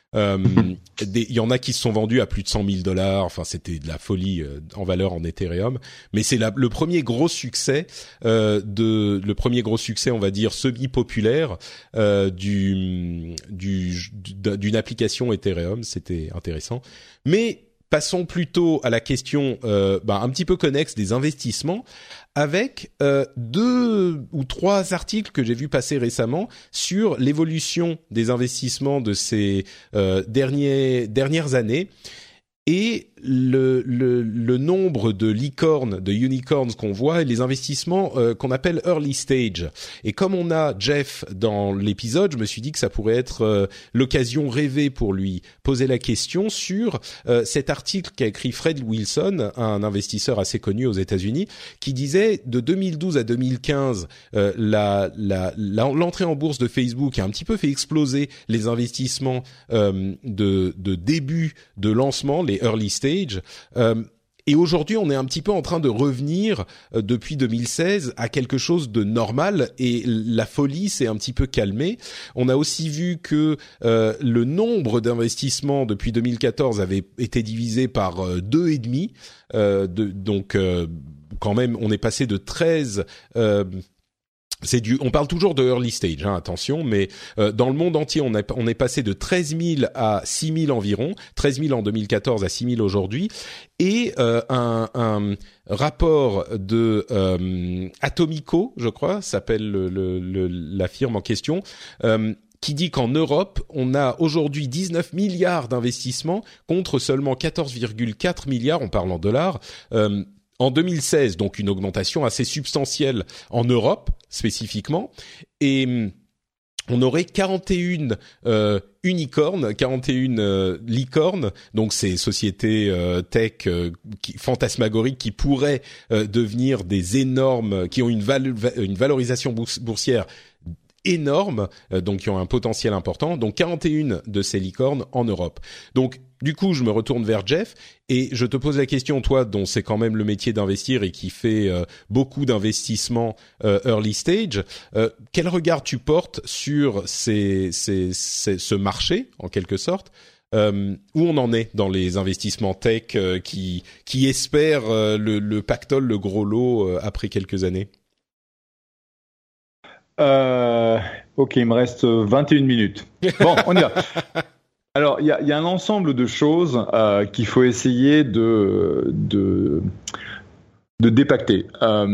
S2: Il y en a qui se sont vendus à plus de $100,000. Enfin, c'était de la folie en valeur en Ethereum. Mais c'est le premier gros succès le premier gros succès, on va dire semi-populaire d'une application Ethereum. C'était intéressant. Mais passons plutôt à la question un petit peu connexe des investissements, avec 2 ou 3 articles que j'ai vu passer récemment sur l'évolution des investissements de ces dernières années et le nombre de licornes, de unicorns qu'on voit et les investissements qu'on appelle early stage. Et comme on a Jeff dans l'épisode, je me suis dit que ça pourrait être l'occasion rêvée pour lui poser la question sur cet article qu'a écrit Fred Wilson, un investisseur assez connu aux États-Unis, qui disait de 2012 à 2015, l'entrée en bourse de Facebook a un petit peu fait exploser les investissements de début de lancement, les early stage. Et aujourd'hui, on est un petit peu en train de revenir depuis 2016 à quelque chose de normal et la folie s'est un petit peu calmée. On a aussi vu que le nombre d'investissements depuis 2014 avait été divisé par 2,5. Donc, quand même, on est passé de 13... on parle toujours de early stage, attention, mais dans le monde entier, on est passé de 13 000 à 6 000 environ, 13 000 en 2014 à 6 000 aujourd'hui, et un rapport de Atomico, je crois, s'appelle la firme en question, qui dit qu'en Europe, on a aujourd'hui 19 milliards d'investissements contre seulement 14,4 milliards, on parle en dollars, en 2016, donc une augmentation assez substantielle en Europe spécifiquement, et on aurait 41 unicornes, 41 licornes, donc ces sociétés tech fantasmagoriques qui pourraient devenir des énormes, qui ont une valorisation boursière énorme, donc qui ont un potentiel important, donc 41 de ces licornes en Europe. Donc du coup, je me retourne vers Jeff et je te pose la question, toi dont c'est quand même le métier d'investir et qui fait beaucoup d'investissements early stage, quel regard tu portes sur ce marché en quelque sorte, où on en est dans les investissements tech qui espèrent le pactole, le gros lot après quelques années?
S3: Ok, il me reste 21 minutes. Bon, on y va. Alors, il y a un ensemble de choses qu'il faut essayer de dépacter.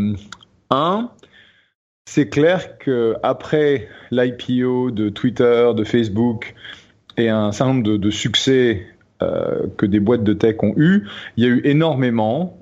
S3: C'est clair que après l'IPO de Twitter, de Facebook et un certain nombre de succès que des boîtes de tech ont eu, il y a eu énormément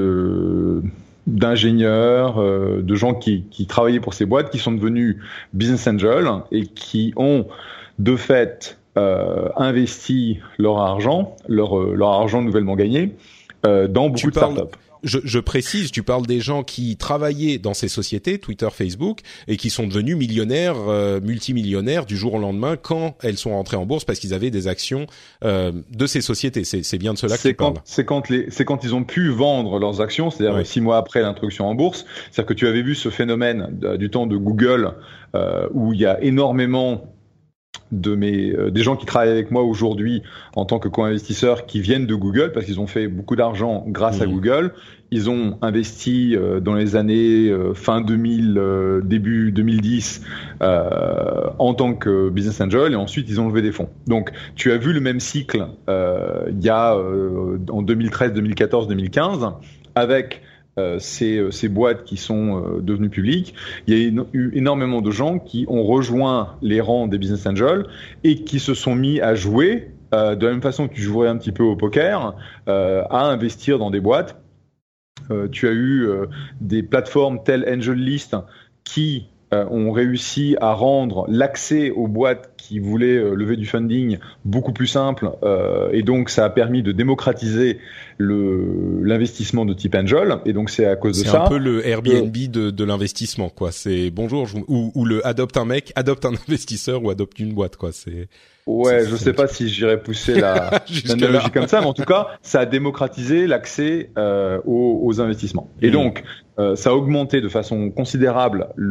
S3: d'ingénieurs, de gens qui travaillaient pour ces boîtes, qui sont devenus business angels et qui ont de fait investi leur argent nouvellement gagné dans beaucoup de startups.
S2: Je précise, tu parles des gens qui travaillaient dans ces sociétés, Twitter, Facebook, et qui sont devenus millionnaires, multimillionnaires du jour au lendemain quand elles sont rentrées en bourse parce qu'ils avaient des actions de ces sociétés. C'est bien de cela que tu parles.
S3: C'est quand ils ont pu vendre leurs actions, c'est-à-dire 6 mois après l'introduction en bourse. C'est-à-dire que tu avais vu ce phénomène du temps de Google où il y a énormément des gens qui travaillent avec moi aujourd'hui en tant que co-investisseurs qui viennent de Google parce qu'ils ont fait beaucoup d'argent grâce à Google. Ils ont investi dans les années fin 2000, début 2010 en tant que business angel et ensuite ils ont levé des fonds. Donc tu as vu le même cycle il y a en 2013, 2014, 2015 avec ces boîtes qui sont devenues publiques. Il y a eu énormément de gens qui ont rejoint les rangs des business angels et qui se sont mis à jouer de la même façon que tu jouerais un petit peu au poker, à investir dans des boîtes. Tu as eu des plateformes telles AngelList qui ont réussi à rendre l'accès aux boîtes qui voulaient lever du funding beaucoup plus simple et donc ça a permis de démocratiser l'investissement de type angel et donc c'est à cause de ça.
S2: C'est un peu le Airbnb de l'investissement quoi. C'est bonjour ou le adopte un investisseur ou adopte une boîte quoi.
S3: Je sais pas si j'irais pousser l'analogie comme ça, mais en tout cas, ça a démocratisé l'accès aux investissements. Et donc, ça a augmenté de façon considérable le volume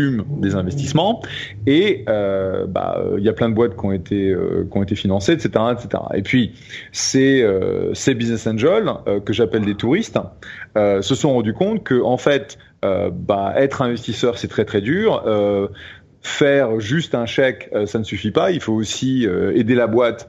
S3: volume des investissements et il y a plein de boîtes qui ont été financées, etc., etc. Et puis ces business angels que j'appelle des touristes se sont rendus compte que en fait être investisseur c'est très très dur. Faire juste un chèque, ça ne suffit pas. Il faut aussi aider la boîte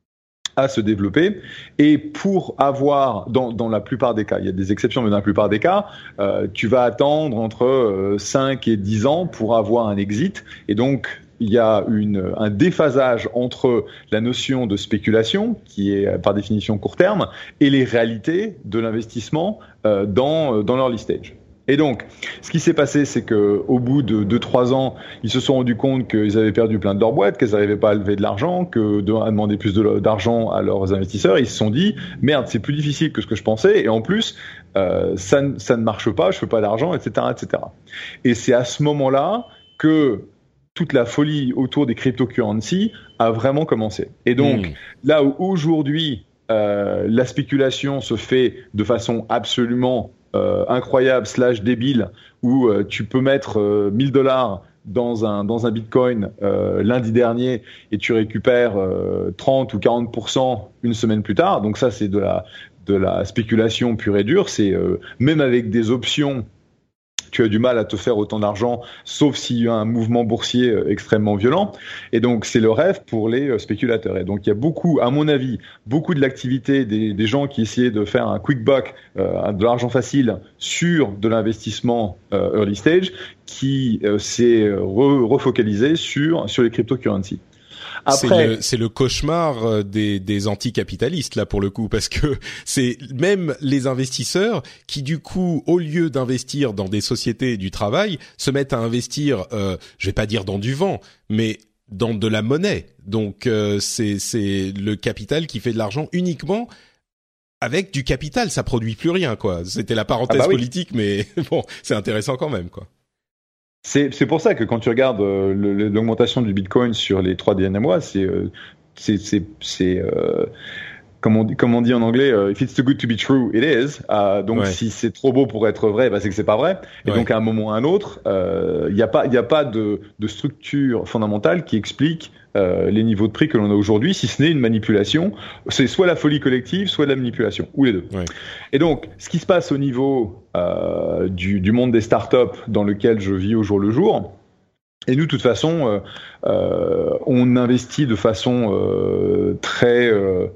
S3: à se développer. Et pour avoir, dans la plupart des cas, il y a des exceptions, mais dans la plupart des cas, tu vas attendre entre 5 et 10 ans pour avoir un exit. Et donc, il y a un déphasage entre la notion de spéculation, qui est par définition court terme, et les réalités de l'investissement dans l'early stage. Et donc, ce qui s'est passé, c'est que au bout de 2-3 ans, ils se sont rendus compte qu'ils avaient perdu plein de leurs boîtes, qu'ils n'arrivaient pas à lever de l'argent, à demander plus d'argent à leurs investisseurs. Et ils se sont dit, merde, c'est plus difficile que ce que je pensais. Et en plus, ça ne marche pas, je fais pas d'argent, etc., etc. Et c'est à ce moment-là que toute la folie autour des cryptocurrencies a vraiment commencé. Et donc, là où aujourd'hui, la spéculation se fait de façon absolument incroyable / débile où tu peux mettre $1000 dans un bitcoin lundi dernier et tu récupères 30 ou 40% une semaine plus tard. Donc ça c'est de la spéculation pure et dure. C'est même avec des options, tu as du mal à te faire autant d'argent, sauf s'il y a un mouvement boursier extrêmement violent. Et donc, c'est le rêve pour les spéculateurs. Et donc, il y a beaucoup, à mon avis, beaucoup de l'activité des gens qui essayaient de faire un quick buck, de l'argent facile sur de l'investissement early stage, qui s'est refocalisé sur les cryptocurrencies.
S2: Après, c'est le cauchemar des anticapitalistes là pour le coup, parce que c'est même les investisseurs qui du coup, au lieu d'investir dans des sociétés du travail, se mettent à investir, je vais pas dire dans du vent, mais dans de la monnaie. Donc c'est le capital qui fait de l'argent uniquement avec du capital, ça produit plus rien quoi. C'était la parenthèse politique, mais bon, c'est intéressant quand même quoi.
S3: C'est pour ça que quand tu regardes l'augmentation du Bitcoin sur les 3 derniers mois, c'est comme on dit en anglais, if it's too good to be true, it is. Donc si c'est trop beau pour être vrai, c'est que c'est pas vrai. Et donc à un moment ou à un autre, il y a pas de structure fondamentale qui explique les niveaux de prix que l'on a aujourd'hui, si ce n'est une manipulation. C'est soit la folie collective, soit la manipulation, ou les deux. Ouais. Et donc, ce qui se passe au niveau du monde des startups dans lequel je vis au jour le jour, et nous, de toute façon, on investit de façon très...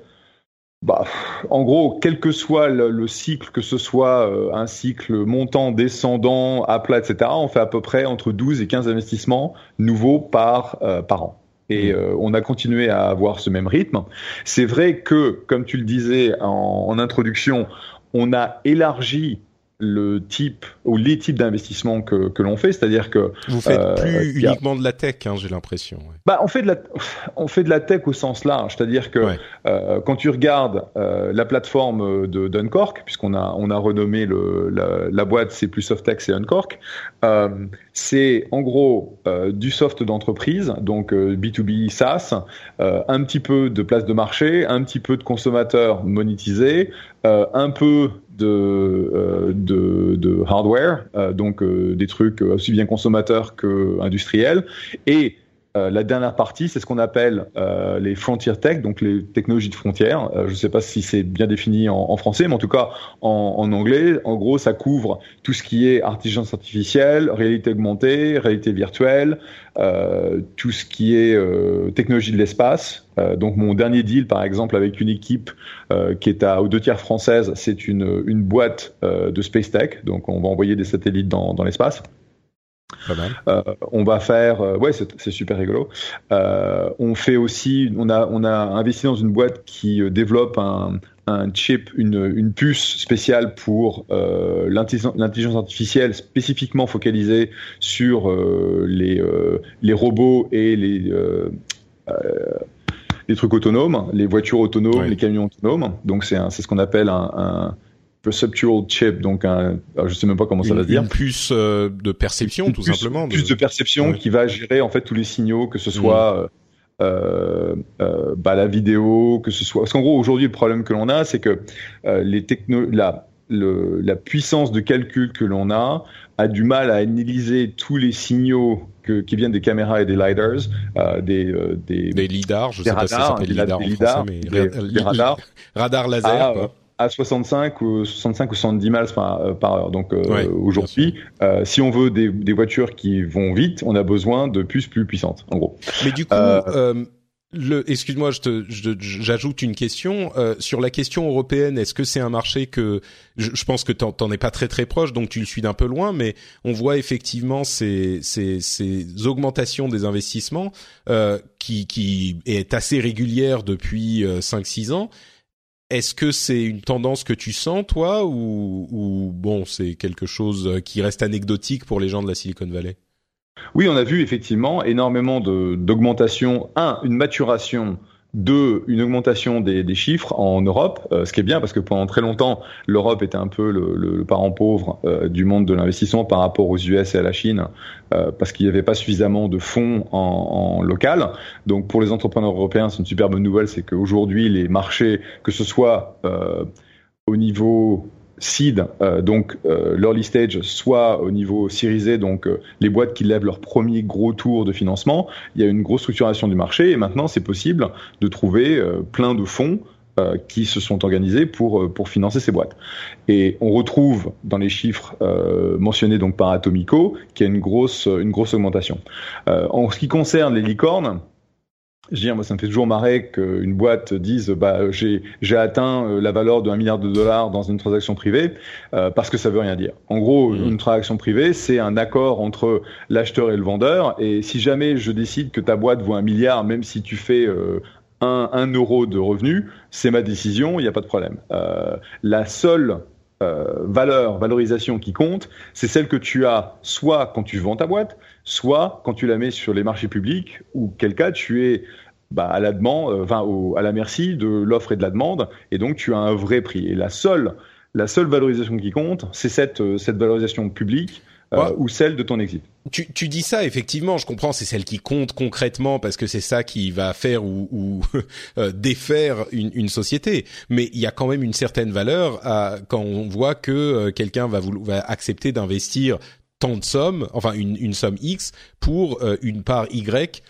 S3: en gros, quel que soit le cycle, que ce soit un cycle montant, descendant, à plat, etc., on fait à peu près entre 12 et 15 investissements nouveaux par an. Et on a continué à avoir ce même rythme. C'est vrai que, comme tu le disais en introduction, on a élargi le type ou les types d'investissements que l'on fait, c'est-à-dire que
S2: vous faites plus uniquement de la tech, hein, j'ai l'impression. Ouais.
S3: On fait de la tech au sens large, c'est-à-dire que quand tu regardes la plateforme de Uncork, puisqu'on a renommé la boîte, c'est plus Softex, c'est Uncork, c'est en gros du soft d'entreprise, donc B2B SaaS, un petit peu de place de marché, un petit peu de consommateurs monétisés, un peu de hardware, donc des trucs aussi bien consommateurs que industriels, et la dernière partie, c'est ce qu'on appelle les frontier tech, donc les technologies de frontières. Je ne sais pas si c'est bien défini en français, mais en tout cas en anglais, en gros, ça couvre tout ce qui est intelligence artificielle, réalité augmentée, réalité virtuelle, tout ce qui est technologie de l'espace. Donc mon dernier deal, par exemple, avec une équipe qui est aux 2/3 française, c'est une boîte de space tech. Donc on va envoyer des satellites dans l'espace. Pas mal. On va faire, c'est super rigolo. On fait aussi, on a investi dans une boîte qui développe un chip, une puce spéciale pour l'intelligence artificielle spécifiquement focalisée sur les robots et les trucs autonomes, les voitures autonomes, les camions autonomes. Donc c'est ce qu'on appelle un perceptual chip, donc je sais même pas comment ça va se dire.
S2: Une puce de perception, tout simplement.
S3: Une puce de perception qui va gérer en fait tous les signaux, que ce soit la vidéo, que ce soit. Parce qu'en gros aujourd'hui le problème que l'on a, c'est que la puissance de calcul que l'on a du mal à analyser tous les signaux qui viennent des caméras et des lidars,
S2: des lidars, je sais
S3: radars,
S2: pas si ça s'appelle lidar en français, mais
S3: des radars,
S2: radar laser, quoi.
S3: À 65 ou 70 miles par heure. Donc aujourd'hui, si on veut des voitures qui vont vite, on a besoin de puces plus puissantes, en gros.
S2: Mais du coup, excuse-moi, j'ajoute une question sur la question européenne. Est-ce que c'est un marché que je pense que t'en es pas très très proche, donc tu le suis d'un peu loin, mais on voit effectivement ces augmentations des investissements qui est assez régulière depuis 5-6 ans. Est-ce que c'est une tendance que tu sens, toi, ou bon, c'est quelque chose qui reste anecdotique pour les gens de la Silicon Valley?
S3: Oui, on a vu effectivement énormément d'augmentation. Une maturation. 2, une augmentation des chiffres en Europe, ce qui est bien parce que pendant très longtemps, l'Europe était un peu le parent pauvre du monde de l'investissement par rapport aux US et à la Chine, parce qu'il n'y avait pas suffisamment de fonds en local. Donc pour les entrepreneurs européens, c'est une super bonne nouvelle, c'est qu'aujourd'hui, les marchés, que ce soit au niveau seed, donc l'early stage, soit au niveau Series A, donc les boîtes qui lèvent leur premier gros tour de financement, il y a une grosse structuration du marché et maintenant c'est possible de trouver plein de fonds qui se sont organisés pour financer ces boîtes. Et on retrouve dans les chiffres mentionnés donc par Atomico qu'il y a une grosse augmentation. En ce qui concerne les licornes, je veux dire, moi, ça me fait toujours marrer qu'une boîte dise, j'ai atteint la valeur de $1 milliard dans une transaction privée, parce que ça veut rien dire. En gros, une transaction privée, c'est un accord entre l'acheteur et le vendeur, et si jamais je décide que ta boîte vaut $1 milliard, même si tu fais 1 euro de revenus, c'est ma décision, il n'y a pas de problème. La seule valorisation qui compte, c'est celle que tu as soit quand tu vends ta boîte, soit quand tu la mets sur les marchés publics, ou quel cas tu es à la demande, à la merci de l'offre et de la demande, et donc tu as un vrai prix. Et la seule valorisation qui compte, c'est cette valorisation publique. Ou celle de ton exit.
S2: Tu dis ça, effectivement, je comprends, c'est celle qui compte concrètement parce que c'est ça qui va faire ou défaire une société. Mais il y a quand même une certaine valeur quand on voit que quelqu'un va accepter d'investir tant de sommes, enfin une somme X pour une part Y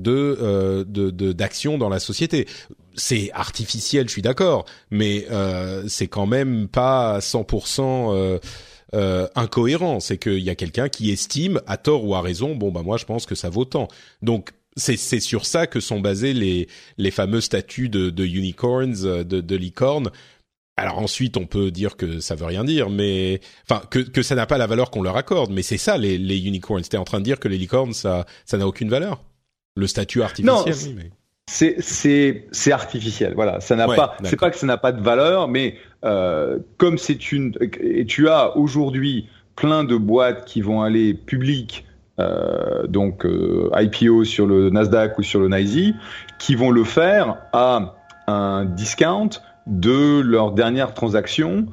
S2: d'actions dans la société. C'est artificiel, je suis d'accord, mais c'est quand même pas 100% incohérent. C'est qu'il y a quelqu'un qui estime, à tort ou à raison, moi je pense que ça vaut tant. Donc c'est sur ça que sont basés les fameux statuts de unicorns, de licornes. Alors ensuite on peut dire que ça veut rien dire, mais enfin que ça n'a pas la valeur qu'on leur accorde. Mais c'est ça les unicorns. T'es en train de dire que les licornes ça n'a aucune valeur. Le statut artificiel.
S3: Non,
S2: oui, mais
S3: c'est artificiel. Voilà, ça n'a pas. C'est pas que ça n'a pas de valeur, mais comme et tu as aujourd'hui plein de boîtes qui vont aller publiques, donc IPO sur le Nasdaq ou sur le NYSE, qui vont le faire à un discount de leur dernière transaction.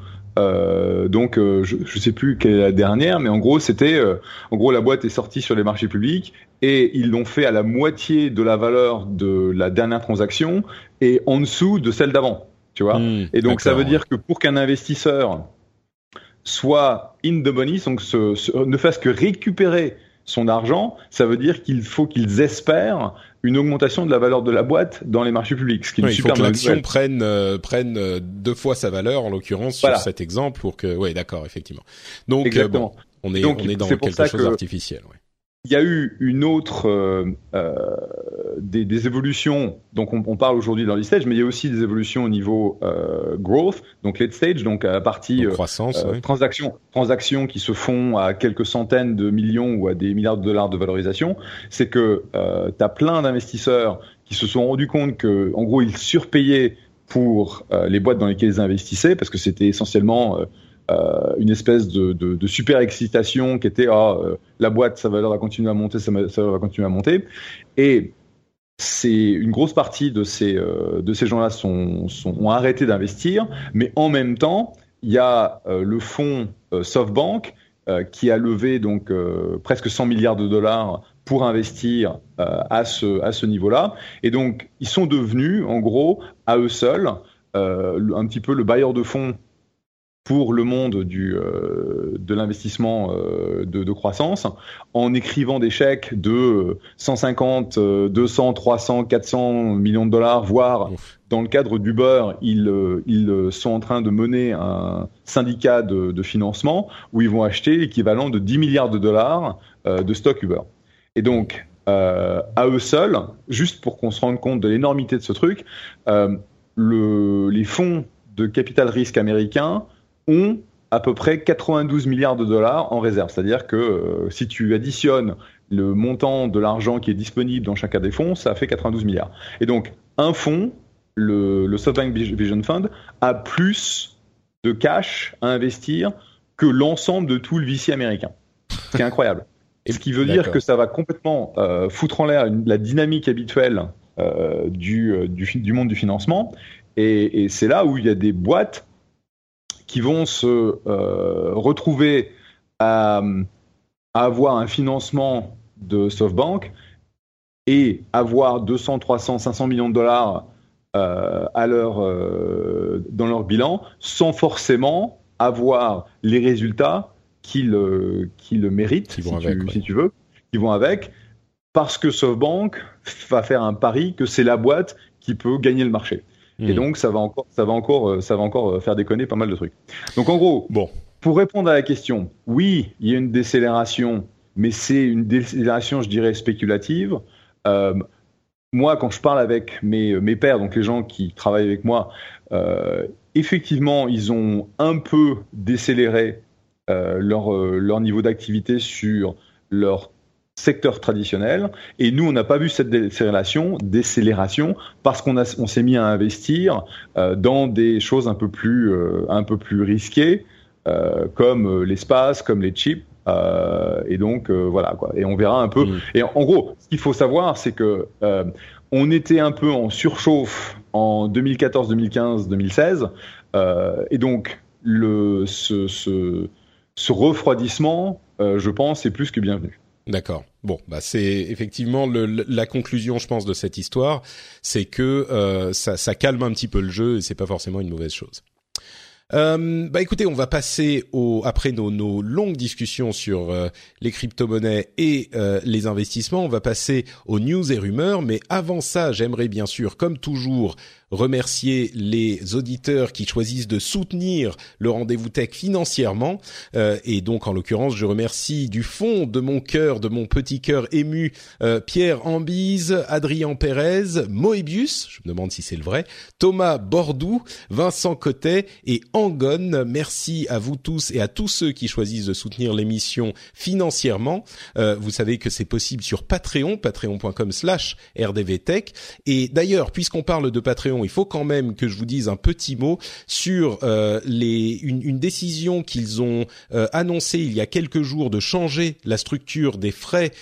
S3: Je sais plus quelle est la dernière, mais en gros la boîte est sortie sur les marchés publics et ils l'ont fait à la moitié de la valeur de la dernière transaction et en dessous de celle d'avant, tu vois. Et donc ça veut dire que pour qu'un investisseur soit in the money, donc ne fasse que récupérer son argent, ça veut dire qu'il faut qu'ils espèrent une augmentation de la valeur de la boîte dans les marchés publics, ce qui est une super bonne nouvelle.
S2: Il faut que l'action prenne 2 fois sa valeur, en l'occurrence, sur cet exemple, pour que... Ouais, d'accord, effectivement. Donc, on est dans quelque chose d'artificiel, ouais.
S3: Il y a eu une autre des évolutions. Donc on parle aujourd'hui dans l'early stage, mais il y a aussi des évolutions au niveau growth, donc late stage, donc à la partie
S2: croissance,
S3: transactions qui se font à quelques centaines de millions ou à des milliards de dollars de valorisation. C'est que t'as plein d'investisseurs qui se sont rendus compte que, en gros, ils surpayaient pour les boîtes dans lesquelles ils investissaient parce que c'était essentiellement une espèce de super excitation qui était la boîte, sa valeur va continuer à monter, sa valeur va continuer à monter. Et c'est une grosse partie de ces gens-là ont arrêté d'investir, mais en même temps, il y a le fonds SoftBank qui a levé donc presque 100 milliards de dollars pour investir à ce niveau-là. Et donc, ils sont devenus, en gros, à eux seuls, un petit peu le bailleur de fonds pour le monde de l'investissement de croissance, en écrivant des chèques de 150, 200, 300, 400 millions de dollars, voire dans le cadre d'Uber, ils sont en train de mener un syndicat de financement où ils vont acheter l'équivalent de 10 milliards de dollars de stock Uber. Et donc, à eux seuls, juste pour qu'on se rende compte de l'énormité de ce truc, les fonds de capital risque américains ont à peu près 92 milliards de dollars en réserve. C'est-à-dire que si tu additionnes le montant de l'argent qui est disponible dans chacun des fonds, ça fait 92 milliards. Et donc, un fonds, le SoftBank Vision Fund, a plus de cash à investir que l'ensemble de tout le VC américain. C'est incroyable. Ce qui veut dire que ça va complètement foutre en l'air la dynamique habituelle du monde du financement. Et c'est là où il y a des boîtes qui vont se retrouver à avoir un financement de SoftBank et avoir 200, 300, 500 millions de dollars dans leur bilan sans forcément avoir les résultats qui le méritent, si tu veux, qui vont avec, parce que SoftBank va faire un pari que c'est la boîte qui peut gagner le marché. Et donc, ça va encore faire déconner pas mal de trucs. Donc, en gros, pour répondre à la question, oui, il y a une décélération, mais c'est une décélération, je dirais, spéculative. Moi, quand je parle avec mes pairs, donc les gens qui travaillent avec moi, effectivement, ils ont un peu décéléré leur niveau d'activité sur leur secteur traditionnel, et nous on n'a pas vu cette décélération parce qu'on s'est mis à investir dans des choses un peu plus risquées comme l'espace, comme les chips, et donc voilà quoi. Et on verra un peu. Et en gros, ce qu'il faut savoir, c'est que on était un peu en surchauffe en 2014, 2015, 2016, et donc ce refroidissement, je pense, est plus que bienvenu.
S2: D'accord. Bon, c'est effectivement la conclusion, je pense, de cette histoire, c'est que ça calme un petit peu le jeu et c'est pas forcément une mauvaise chose. Écoutez, on va passer après nos longues discussions sur les crypto-monnaies et les investissements, on va passer aux news et rumeurs, mais avant ça, j'aimerais bien sûr, comme toujours, remercier les auditeurs qui choisissent de soutenir le Rendez-vous Tech financièrement, et donc en l'occurrence je remercie du fond de mon cœur, de mon petit cœur ému, Pierre Ambise, Adrien Pérez, Moebius, je me demande si c'est le vrai, Thomas Bordou, Vincent Cotet et Angon. Merci à vous tous et à tous ceux qui choisissent de soutenir l'émission financièrement. Vous savez que c'est possible sur Patreon, patreon.com/rdvtech. Et d'ailleurs, puisqu'on parle de Patreon, il faut quand même que je vous dise un petit mot sur une décision qu'ils ont annoncée il y a quelques jours de changer la structure des frais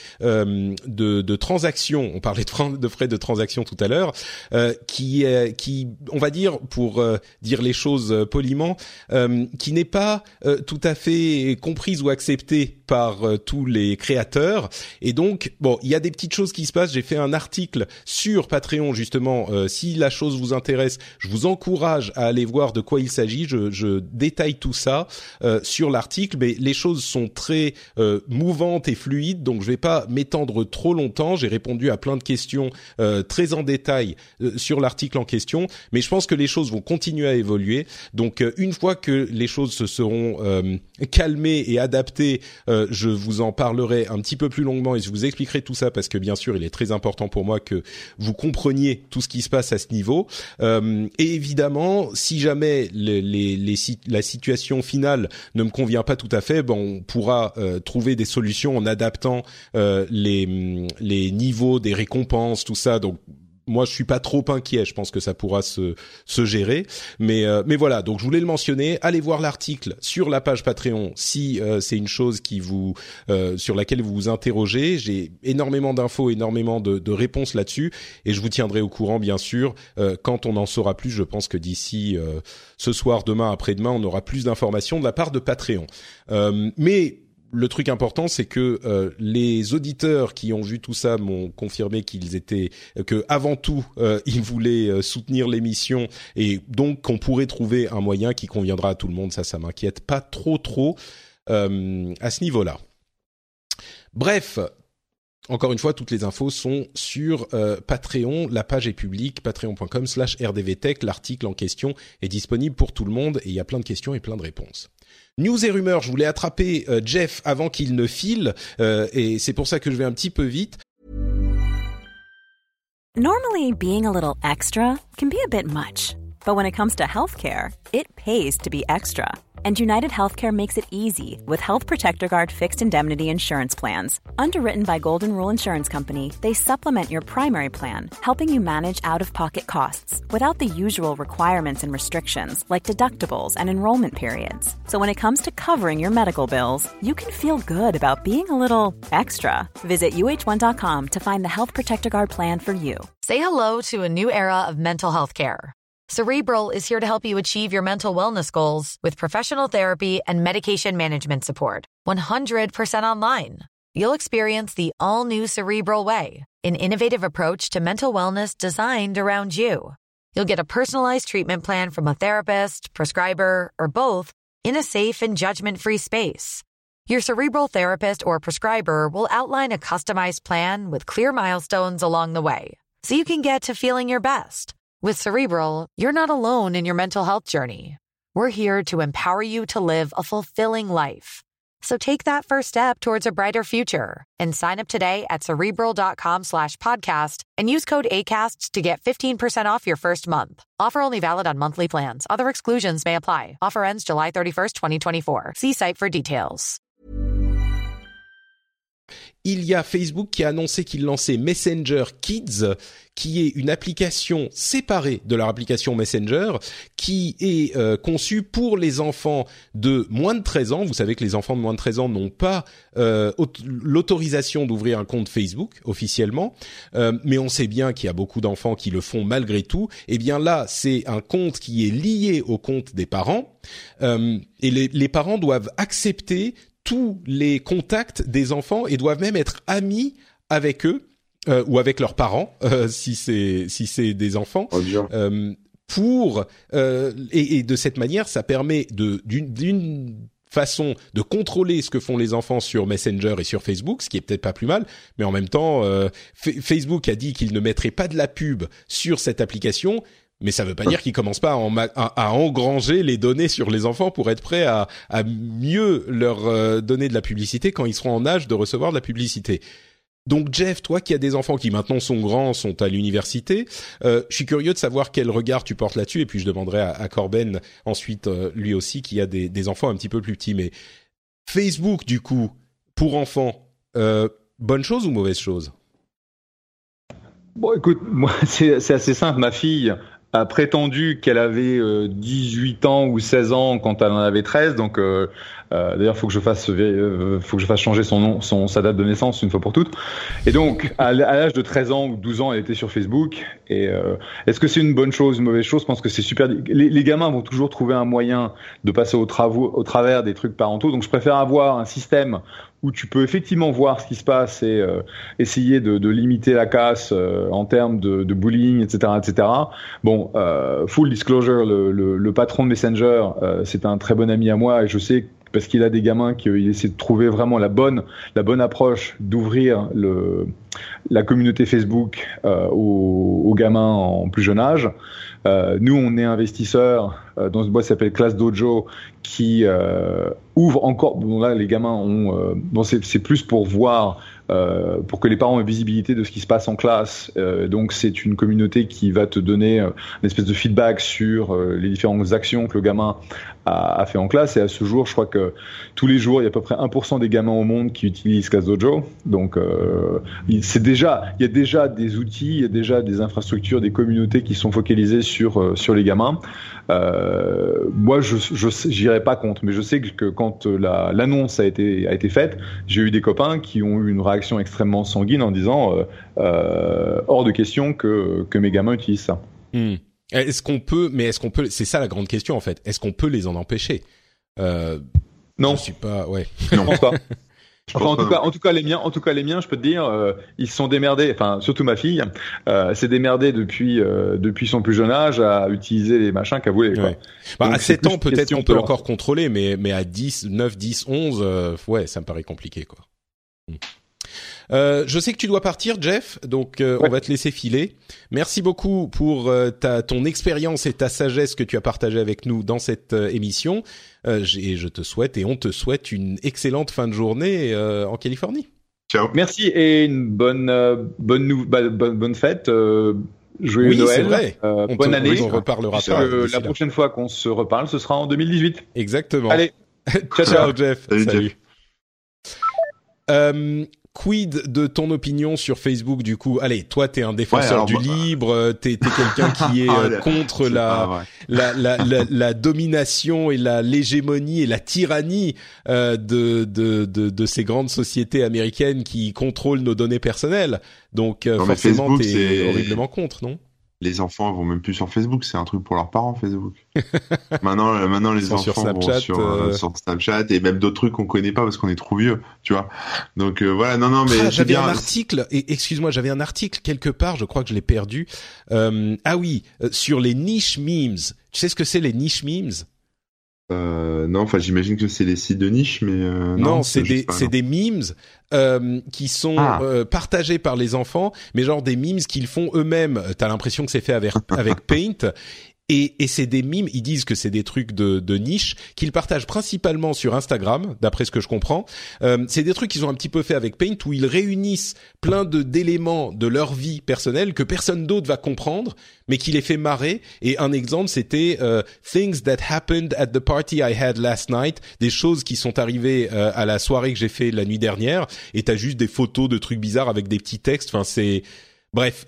S2: de transaction. On parlait de frais de transaction tout à l'heure, qui on va dire, pour dire les choses poliment, qui n'est pas tout à fait comprise ou acceptée par tous les créateurs. Et donc, il y a des petites choses qui se passent. J'ai fait un article sur Patreon justement. Si la chose vous intéresse, je vous encourage à aller voir de quoi il s'agit. Je détaille tout ça sur l'article, mais les choses sont très mouvantes et fluides, donc je vais pas m'étendre trop longtemps. J'ai répondu à plein de questions très en détail sur l'article en question, mais je pense que les choses vont continuer à évoluer. Donc une fois que les choses se seront calmées et adaptées, je vous en parlerai un petit peu plus longuement et je vous expliquerai tout ça, parce que bien sûr il est très important pour moi que vous compreniez tout ce qui se passe à ce niveau. Et évidemment, si jamais la situation finale ne me convient pas tout à fait, on pourra trouver des solutions en adaptant les niveaux des récompenses, tout ça. Donc moi, je suis pas trop inquiet. Je pense que ça pourra se gérer. Mais voilà. Donc, je voulais le mentionner. Allez voir l'article sur la page Patreon si c'est une chose qui sur laquelle vous vous interrogez. J'ai énormément d'infos, énormément de réponses là-dessus, et je vous tiendrai au courant, bien sûr, quand on en saura plus. Je pense que d'ici ce soir, demain, après-demain, on aura plus d'informations de la part de Patreon. Mais le truc important, c'est que les auditeurs qui ont vu tout ça m'ont confirmé que avant tout, ils voulaient soutenir l'émission et donc qu'on pourrait trouver un moyen qui conviendra à tout le monde. Ça m'inquiète pas trop à ce niveau-là. Bref. Encore une fois, toutes les infos sont sur Patreon. La page est publique, patreon.com/rdvtech. L'article en question est disponible pour tout le monde et il y a plein de questions et plein de réponses. News et rumeurs, je voulais attraper Jeff avant qu'il ne file et c'est pour ça que je vais un petit peu vite.
S5: Normally, being a little extra can be a bit much. But when it comes to healthcare, it pays to be extra. And United Healthcare makes it easy with Health Protector Guard fixed indemnity insurance plans. Underwritten by Golden Rule Insurance Company, they supplement your primary plan, helping you manage out-of-pocket costs without the usual requirements and restrictions like deductibles and enrollment periods. So when it comes to covering your medical bills, you can feel good about being a little extra. Visit uh1.com to find the Health Protector Guard plan for you.
S6: Say hello to a new era of mental health care. Cerebral is here to help you achieve your mental wellness goals with professional therapy and medication management support. 100% online. You'll experience the all-new Cerebral Way, an innovative approach to mental wellness designed around you. You'll get a personalized treatment plan from a therapist, prescriber, or both in a safe and judgment-free space. Your Cerebral therapist or prescriber will outline a customized plan with clear milestones along the way, so you can get to feeling your best. With Cerebral, you're not alone in your mental health journey. We're here to empower you to live a fulfilling life. So take that first step towards a brighter future and sign up today at Cerebral.com/podcast and use code ACAST to get 15% off your first month. Offer only valid on monthly plans. Other exclusions may apply. Offer ends July 31st, 2024. See site for details.
S2: Il y a Facebook qui a annoncé qu'il lançait Messenger Kids, qui est une application séparée de leur application Messenger, qui est conçue pour les enfants de moins de 13 ans. Vous savez que les enfants de moins de 13 ans n'ont pas l'autorisation d'ouvrir un compte Facebook officiellement, mais on sait bien qu'il y a beaucoup d'enfants qui le font malgré tout. Et bien là, c'est un compte qui est lié au compte des parents, et les parents doivent accepter tous les contacts des enfants et doivent même être amis avec eux ou avec leurs parents si c'est des enfants et de cette manière ça permet d'une façon de contrôler ce que font les enfants sur Messenger et sur Facebook, ce qui est peut-être pas plus mal, mais en même temps Facebook a dit qu'il ne mettrait pas de la pub sur cette application. Mais ça veut pas dire qu'ils commencent pas à engranger les données sur les enfants pour être prêts à mieux leur donner de la publicité quand ils seront en âge de recevoir de la publicité. Donc Jeff, toi qui as des enfants qui maintenant sont grands, sont à l'université, je suis curieux de savoir quel regard tu portes là-dessus, et puis je demanderai à Corben ensuite, lui aussi, qui a des enfants un petit peu plus petits. Mais Facebook, du coup, pour enfants, bonne chose ou mauvaise chose ?
S3: Bon, écoute, moi, c'est assez simple. Ma fille a prétendu qu'elle avait 18 ans ou 16 ans quand elle en avait 13, donc d'ailleurs faut que je fasse changer son nom, sa date de naissance une fois pour toutes. Et donc à l'âge de 13 ans ou 12 ans, elle était sur Facebook. Et est-ce que c'est une bonne chose, une mauvaise chose ? Je pense que c'est super. Les gamins vont toujours trouver un moyen de passer au travers des trucs parentaux. Donc je préfère avoir un système où tu peux effectivement voir ce qui se passe et essayer de limiter la casse en termes de bullying, etc., etc. Bon, full disclosure, le patron de Messenger, c'est un très bon ami à moi, et je sais parce qu'il a des gamins qu'il essaie de trouver vraiment la bonne approche d'ouvrir la communauté Facebook aux gamins en plus jeune âge. Nous, on est investisseurs dans une boîte qui s'appelle Class Dojo qui ouvre encore. Bon, là, les gamins ont. Bon, c'est plus pour voir, pour que les parents aient visibilité de ce qui se passe en classe. Donc, c'est une communauté qui va te donner une espèce de feedback sur les différentes actions que le gamin a fait en classe. Et à ce jour, je crois que tous les jours, il y a à peu près 1% des gamins au monde qui utilisent Class Dojo. Donc, il y a déjà des outils, il y a déjà des infrastructures, des communautés qui sont focalisées sur les gamins. Moi, je j'irai pas contre, mais je sais que quand l'annonce a été faite, j'ai eu des copains qui ont eu une réaction extrêmement sanguine en disant hors de question que mes gamins utilisent ça.
S2: Est-ce qu'on peut, c'est ça la grande question en fait. Est-ce qu'on peut les en empêcher?
S3: Non.
S2: Je suis pas, ouais.
S3: Non, je pense pas. Enfin, en tout cas, les miens, je peux te dire, ils se sont démerdés. Enfin, surtout ma fille, s'est démerdée depuis son plus jeune âge à utiliser les machins qu'elle voulait. Quoi.
S2: Ouais. Bah, à 7 ans, peut-être qu'on peut encore contrôler, mais à 10, 9, 10, 11, ouais, ça me paraît compliqué, quoi. Je sais que tu dois partir, Jeff, donc on va te laisser filer. Merci beaucoup pour ton expérience et ta sagesse que tu as partagée avec nous dans cette émission. Et je te souhaite et on te souhaite une excellente fin de journée en Californie.
S3: Ciao. Merci et une bonne fête. Joyeux Noël.
S2: C'est vrai.
S3: Bonne année.
S2: On reparlera
S3: pas. La prochaine fois qu'on se reparle, ce sera en 2018.
S2: Exactement.
S3: Allez.
S2: Ciao, Jeff.
S4: Salut.
S2: Quid de ton opinion sur Facebook du coup? Allez, toi t'es un défenseur du libre, t'es quelqu'un qui est contre la domination et l'hégémonie et la tyrannie de ces grandes sociétés américaines qui contrôlent nos données personnelles. Donc forcément
S4: Facebook,
S2: t'es horriblement contre, non?
S4: Les enfants vont même plus sur Facebook, c'est un truc pour leurs parents, Facebook. Maintenant les enfants vont sur Snapchat et même d'autres trucs qu'on connaît pas parce qu'on est trop vieux, tu vois. Donc voilà, non mais
S2: j'avais un article j'avais un article quelque part, je crois que je l'ai perdu. Sur les niche memes. Tu sais ce que c'est les niche memes?
S4: Non, enfin j'imagine que c'est les sites de niche, mais
S2: non, c'est des memes qui sont partagés par les enfants, mais genre des memes qu'ils font eux-mêmes. T'as l'impression que c'est fait avec Paint. Et c'est des mimes, ils disent que c'est des trucs de niche qu'ils partagent principalement sur Instagram, d'après ce que je comprends. C'est des trucs qu'ils ont un petit peu fait avec Paint où ils réunissent plein d'éléments de leur vie personnelle que personne d'autre va comprendre, mais qui les fait marrer. Et un exemple, c'était Things that happened at the party I had last night, des choses qui sont arrivées à la soirée que j'ai fait la nuit dernière. Et t'as juste des photos de trucs bizarres avec des petits textes. Enfin, bref,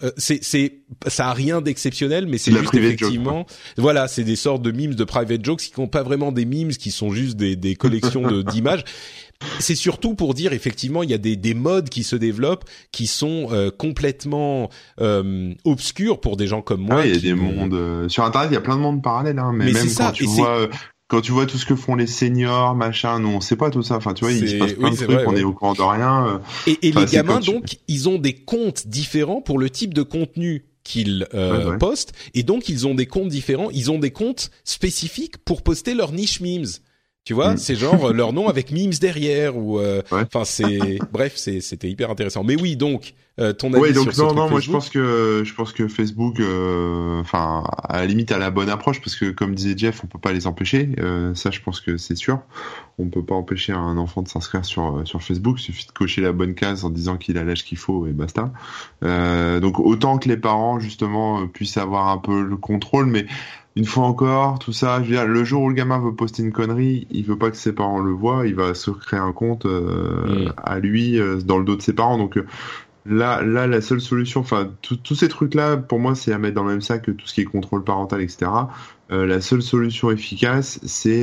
S2: ça a rien d'exceptionnel, mais c'est juste effectivement, voilà, c'est des sortes de memes de private jokes qui n'ont pas vraiment des memes, qui sont juste des collections d'images. C'est surtout pour dire effectivement, il y a des modes qui se développent qui sont complètement obscurs pour des gens comme moi.
S4: Il y a des mondes sur Internet, il y a plein de mondes parallèles, hein, mais même quand tu vois tout ce que font les seniors, machin, nous on sait pas tout ça. Enfin, tu vois, il se passe plein de trucs, on est au courant de rien.
S2: Et les gamins, donc, ils ont des comptes différents pour le type de contenu qu'ils postent, et donc ils ont des comptes différents. Ils ont des comptes spécifiques pour poster leurs niche memes. Tu vois, c'est genre leur nom avec memes derrière ou enfin c'était hyper intéressant. Mais oui, donc ton avis sur ce truc
S4: moi
S2: Facebook.
S4: je pense que Facebook enfin à la limite a la bonne approche parce que comme disait Jeff, on peut pas les empêcher, ça je pense que c'est sûr. On peut pas empêcher un enfant de s'inscrire sur Facebook, il suffit de cocher la bonne case en disant qu'il a l'âge qu'il faut et basta. Donc autant que les parents justement puissent avoir un peu le contrôle, mais une fois encore, tout ça, je veux dire, le jour où le gamin veut poster une connerie, il veut pas que ses parents le voient, il va se créer un compte à lui dans le dos de ses parents. Donc là, la seule solution, enfin, tous ces trucs-là, pour moi, c'est à mettre dans le même sac que tout ce qui est contrôle parental, etc. La seule solution efficace, c'est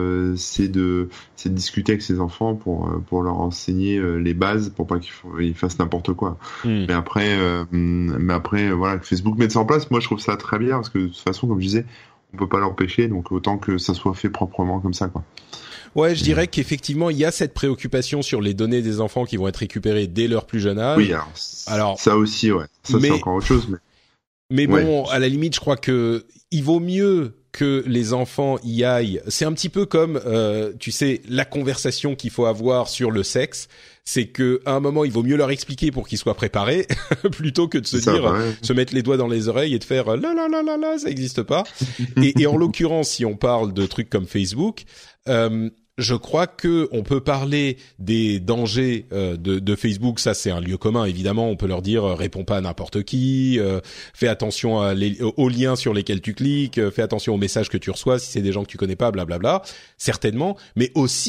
S4: de discuter avec ses enfants pour leur enseigner les bases pour pas qu'ils fassent n'importe quoi. Mais après, voilà, que Facebook mette ça en place, moi je trouve ça très bien parce que de toute façon, comme je disais, on peut pas l'empêcher, donc autant que ça soit fait proprement comme ça, quoi.
S2: Ouais, je dirais qu'effectivement, il y a cette préoccupation sur les données des enfants qui vont être récupérées dès leur plus jeune âge.
S4: Oui, alors ça aussi, ouais. Ça, c'est encore autre chose,
S2: mais bon, à la limite, je crois que il vaut mieux que les enfants y aillent. C'est un petit peu comme, tu sais, la conversation qu'il faut avoir sur le sexe. C'est que à un moment, il vaut mieux leur expliquer pour qu'ils soient préparés, plutôt que de se mettre les doigts dans les oreilles et de faire la, ça existe pas. et en l'occurrence, si on parle de trucs comme Facebook, je crois que on peut parler des dangers de Facebook. Ça, c'est un lieu commun. Évidemment, on peut leur dire réponds pas à n'importe qui, fais attention aux liens sur lesquels tu cliques, fais attention aux messages que tu reçois si c'est des gens que tu connais pas, blablabla. Certainement, mais aussi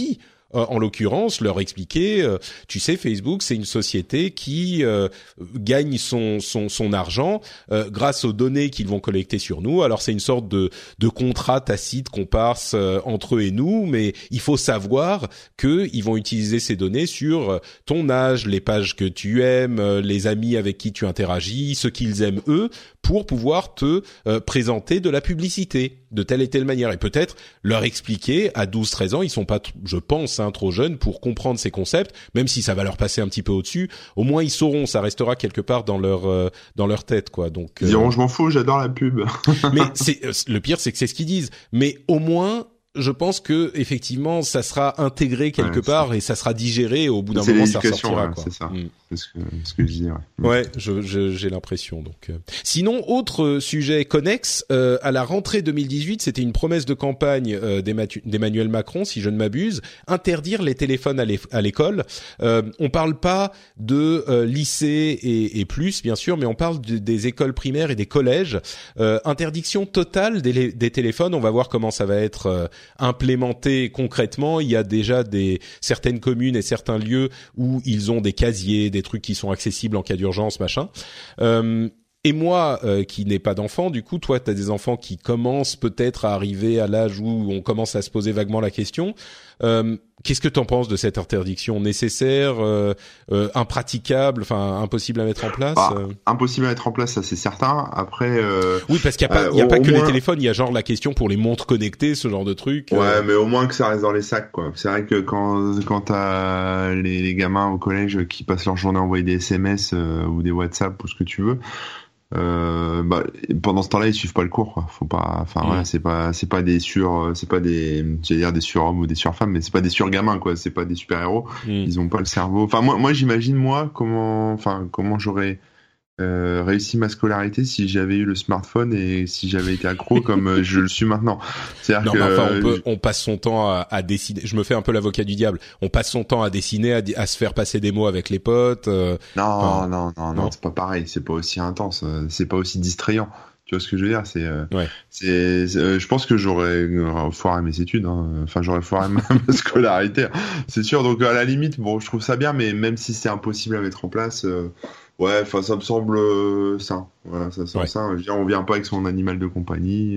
S2: en l'occurrence, leur expliquer, tu sais, Facebook, c'est une société qui gagne son argent grâce aux données qu'ils vont collecter sur nous. Alors c'est une sorte de contrat tacite qu'on passe entre eux et nous, mais il faut savoir que ils vont utiliser ces données sur ton âge, les pages que tu aimes, les amis avec qui tu interagis, ce qu'ils aiment eux, pour pouvoir te présenter de la publicité de telle et telle manière, et peut-être leur expliquer à 12-13 ans, ils sont pas, je pense, trop jeunes pour comprendre ces concepts, même si ça va leur passer un petit peu au-dessus, au moins ils sauront, ça restera quelque part dans leur tête, quoi. Donc
S4: ils diront je m'en fous, j'adore la pub.
S2: Mais le pire, c'est que c'est ce qu'ils disent, mais au moins je pense que effectivement ça sera intégré quelque part et ça sera digéré, au bout d'un moment ça ressortira, quoi.
S4: C'est ça. C'est ce que je dis.
S2: Ouais, j'ai l'impression. Donc sinon, autre sujet connexe, à la rentrée 2018, c'était une promesse de campagne d'Emmanuel Macron, si je ne m'abuse, interdire les téléphones à l'école. On parle pas de lycée et plus, bien sûr, mais on parle des écoles primaires et des collèges. Interdiction totale des téléphones. On va voir comment ça va être implémenté concrètement. Il y a déjà certaines communes et certains lieux où ils ont des casiers, des trucs qui sont accessibles en cas d'urgence, machin. Et moi, qui n'ai pas d'enfants, du coup, toi, t'as des enfants qui commencent peut-être à arriver à l'âge où on commence à se poser vaguement la question. Qu'est-ce que t'en penses de cette interdiction? Nécessaire, impraticable, enfin impossible à mettre en place?
S4: Impossible à mettre en place, ça c'est certain. Après,
S2: oui, parce qu'il y a pas que les téléphones, il y a genre la question pour les montres connectées, ce genre de truc.
S4: Ouais, mais au moins que ça reste dans les sacs, quoi. C'est vrai que quand t'as les gamins au collège qui passent leur journée à envoyer des SMS ou des WhatsApp ou ce que tu veux. Pendant ce temps-là ils suivent pas le cours, quoi. Faut pas, voilà, c'est pas des j'allais dire des surhommes ou des surfemmes, mais c'est pas des surgamins, quoi. C'est pas des super héros. Ils ont pas le cerveau. Enfin moi j'imagine comment j'aurais réussi ma scolarité si j'avais eu le smartphone et si j'avais été accro comme je le suis maintenant. C'est-à-dire
S2: on passe son temps à dessiner. Je me fais un peu l'avocat du diable. On passe son temps à dessiner, à se faire passer des mots avec les potes.
S4: Non, c'est pas pareil. C'est pas aussi intense. C'est pas aussi distrayant. Tu vois ce que je veux dire? Je pense que j'aurais foiré mes études. Enfin, j'aurais foiré ma scolarité. C'est sûr. Donc à la limite, bon, je trouve ça bien, mais même si c'est impossible à mettre en place. Ouais, enfin, ça me semble sain. Voilà, ça semble sain. Je veux dire, on vient pas avec son animal de compagnie,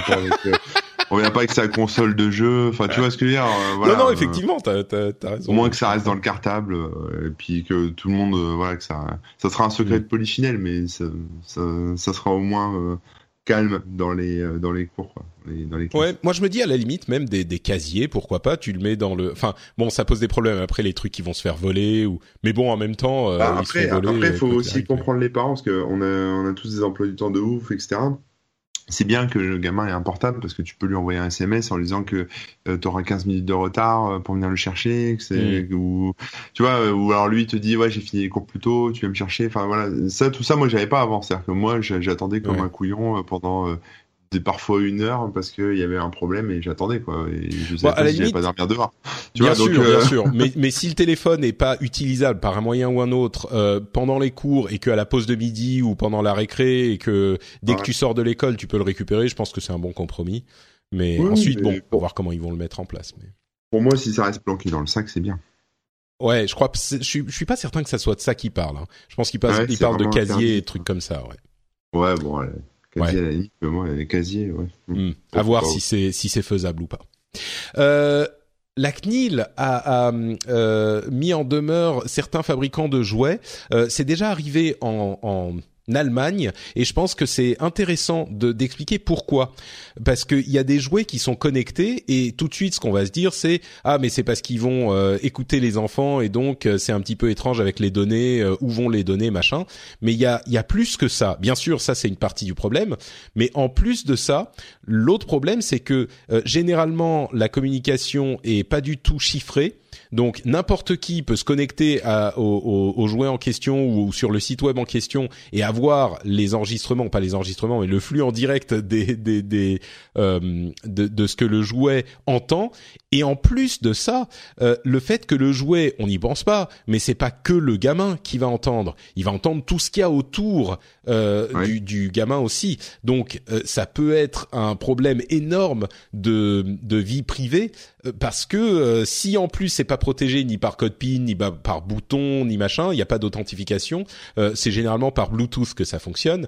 S4: on vient pas avec sa console de jeu. Enfin, tu vois ce que je veux dire. Voilà,
S2: non, effectivement, t'as raison.
S4: Au moins que ça reste dans le cartable, et puis que tout le monde, voilà, que ça sera un secret de polichinelle, mais ça sera au moins calme dans les cours, quoi. Dans les classes.
S2: Ouais, moi je me dis à la limite même des casiers, pourquoi pas, tu le mets dans le, enfin bon, ça pose des problèmes après, les trucs qui vont se faire voler ou, mais bon, en même temps
S4: après il faut aussi comprendre les parents, parce que on a tous des emplois du temps de ouf, etc. C'est bien que le gamin ait un portable parce que tu peux lui envoyer un SMS en lui disant que t'auras 15 minutes de retard pour venir le chercher, ou tu vois, ou alors lui il te dit ouais, j'ai fini les cours plus tôt, tu viens me chercher. Enfin voilà, tout ça moi j'avais pas avant, c'est-à-dire que moi j'attendais comme un couillon pendant parfois 1 heure parce qu'il y avait un problème et j'attendais, quoi, et je savais pas si j'allais pas dormir dehors.
S2: Bien sûr. Mais si le téléphone est pas utilisable par un moyen ou un autre pendant les cours et que à la pause de midi ou pendant la récré et que dès que tu sors de l'école tu peux le récupérer, je pense que c'est un bon compromis. Mais ensuite, faut voir comment ils vont le mettre en place. Mais
S4: pour moi, si ça reste planqué dans le sac, c'est bien.
S2: Ouais, je crois. Je suis pas certain que ça soit de ça qu'il parle. Je pense qu'il parle de casier et trucs comme ça. Ouais.
S4: Bon. Casier à la limite, moi, les casiers, ouais.
S2: À voir si c'est faisable ou pas. La CNIL a mis en demeure certains fabricants de jouets. C'est déjà arrivé en Allemagne, et je pense que c'est intéressant d'expliquer pourquoi. Parce qu'il y a des jouets qui sont connectés, et tout de suite ce qu'on va se dire c'est mais c'est parce qu'ils vont écouter les enfants, et donc c'est un petit peu étrange avec les données, où vont les données, machin. Mais il y a plus que ça. Bien sûr, ça c'est une partie du problème, mais en plus de ça, l'autre problème c'est que généralement la communication est pas du tout chiffrée. Donc n'importe qui peut se connecter au jouet en question ou sur le site web en question et avoir les enregistrements, pas les enregistrements, mais le flux en direct de ce que le jouet entend. Et en plus de ça, le fait que le jouet, on n'y pense pas, mais c'est pas que le gamin qui va entendre. Il va entendre tout ce qu'il y a autour du gamin aussi. Donc ça peut être un problème énorme de vie privée parce que si en plus c'est pas protégé ni par code PIN, ni par bouton, ni machin, il n'y a pas d'authentification. C'est généralement par Bluetooth que ça fonctionne.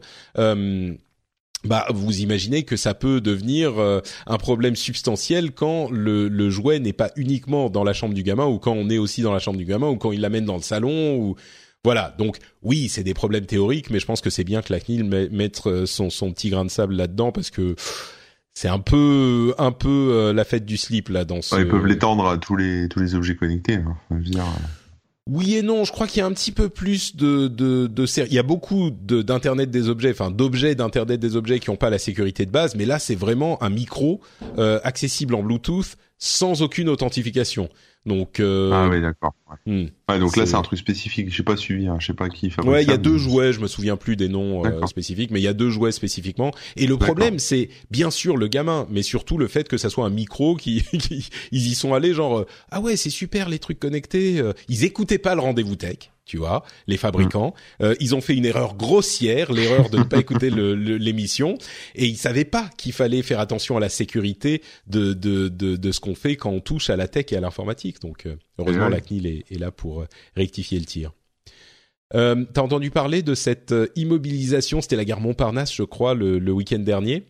S2: Vous imaginez que ça peut devenir un problème substantiel quand le jouet n'est pas uniquement dans la chambre du gamin ou quand on est aussi dans la chambre du gamin ou quand il l'amène dans le salon ou voilà. Donc oui, c'est des problèmes théoriques, mais je pense que c'est bien que la CNIL mette son petit grain de sable là-dedans parce que c'est un peu la fête du slip là dans ce.
S4: Ils peuvent l'étendre à tous les objets connectés. Hein. Je veux dire.
S2: Oui et non, je crois qu'il y a un petit peu plus il y a beaucoup d'internet des objets, enfin d'objets d'internet des objets qui n'ont pas la sécurité de base, mais là c'est vraiment un micro accessible en Bluetooth sans aucune authentification. Donc
S4: ah oui, d'accord. Ouais. Donc là c'est un truc spécifique, je sais pas suivi, je sais pas qui fabrique ça.
S2: Ouais, il y a 2 jouets, je me souviens plus des noms spécifiques, mais il y a 2 jouets spécifiquement. Et le problème c'est bien sûr le gamin, mais surtout le fait que ça soit un micro ils y sont allés genre ah ouais, c'est super les trucs connectés, ils écoutaient pas le rendez-vous tech. Tu vois, les fabricants, ils ont fait une erreur grossière, l'erreur de ne pas écouter l'émission, et ils savaient pas qu'il fallait faire attention à la sécurité de ce qu'on fait quand on touche à la tech et à l'informatique. Donc, heureusement, la CNIL est là pour rectifier le tir. T'as entendu parler de cette immobilisation, c'était la gare Montparnasse, je crois, le week-end dernier.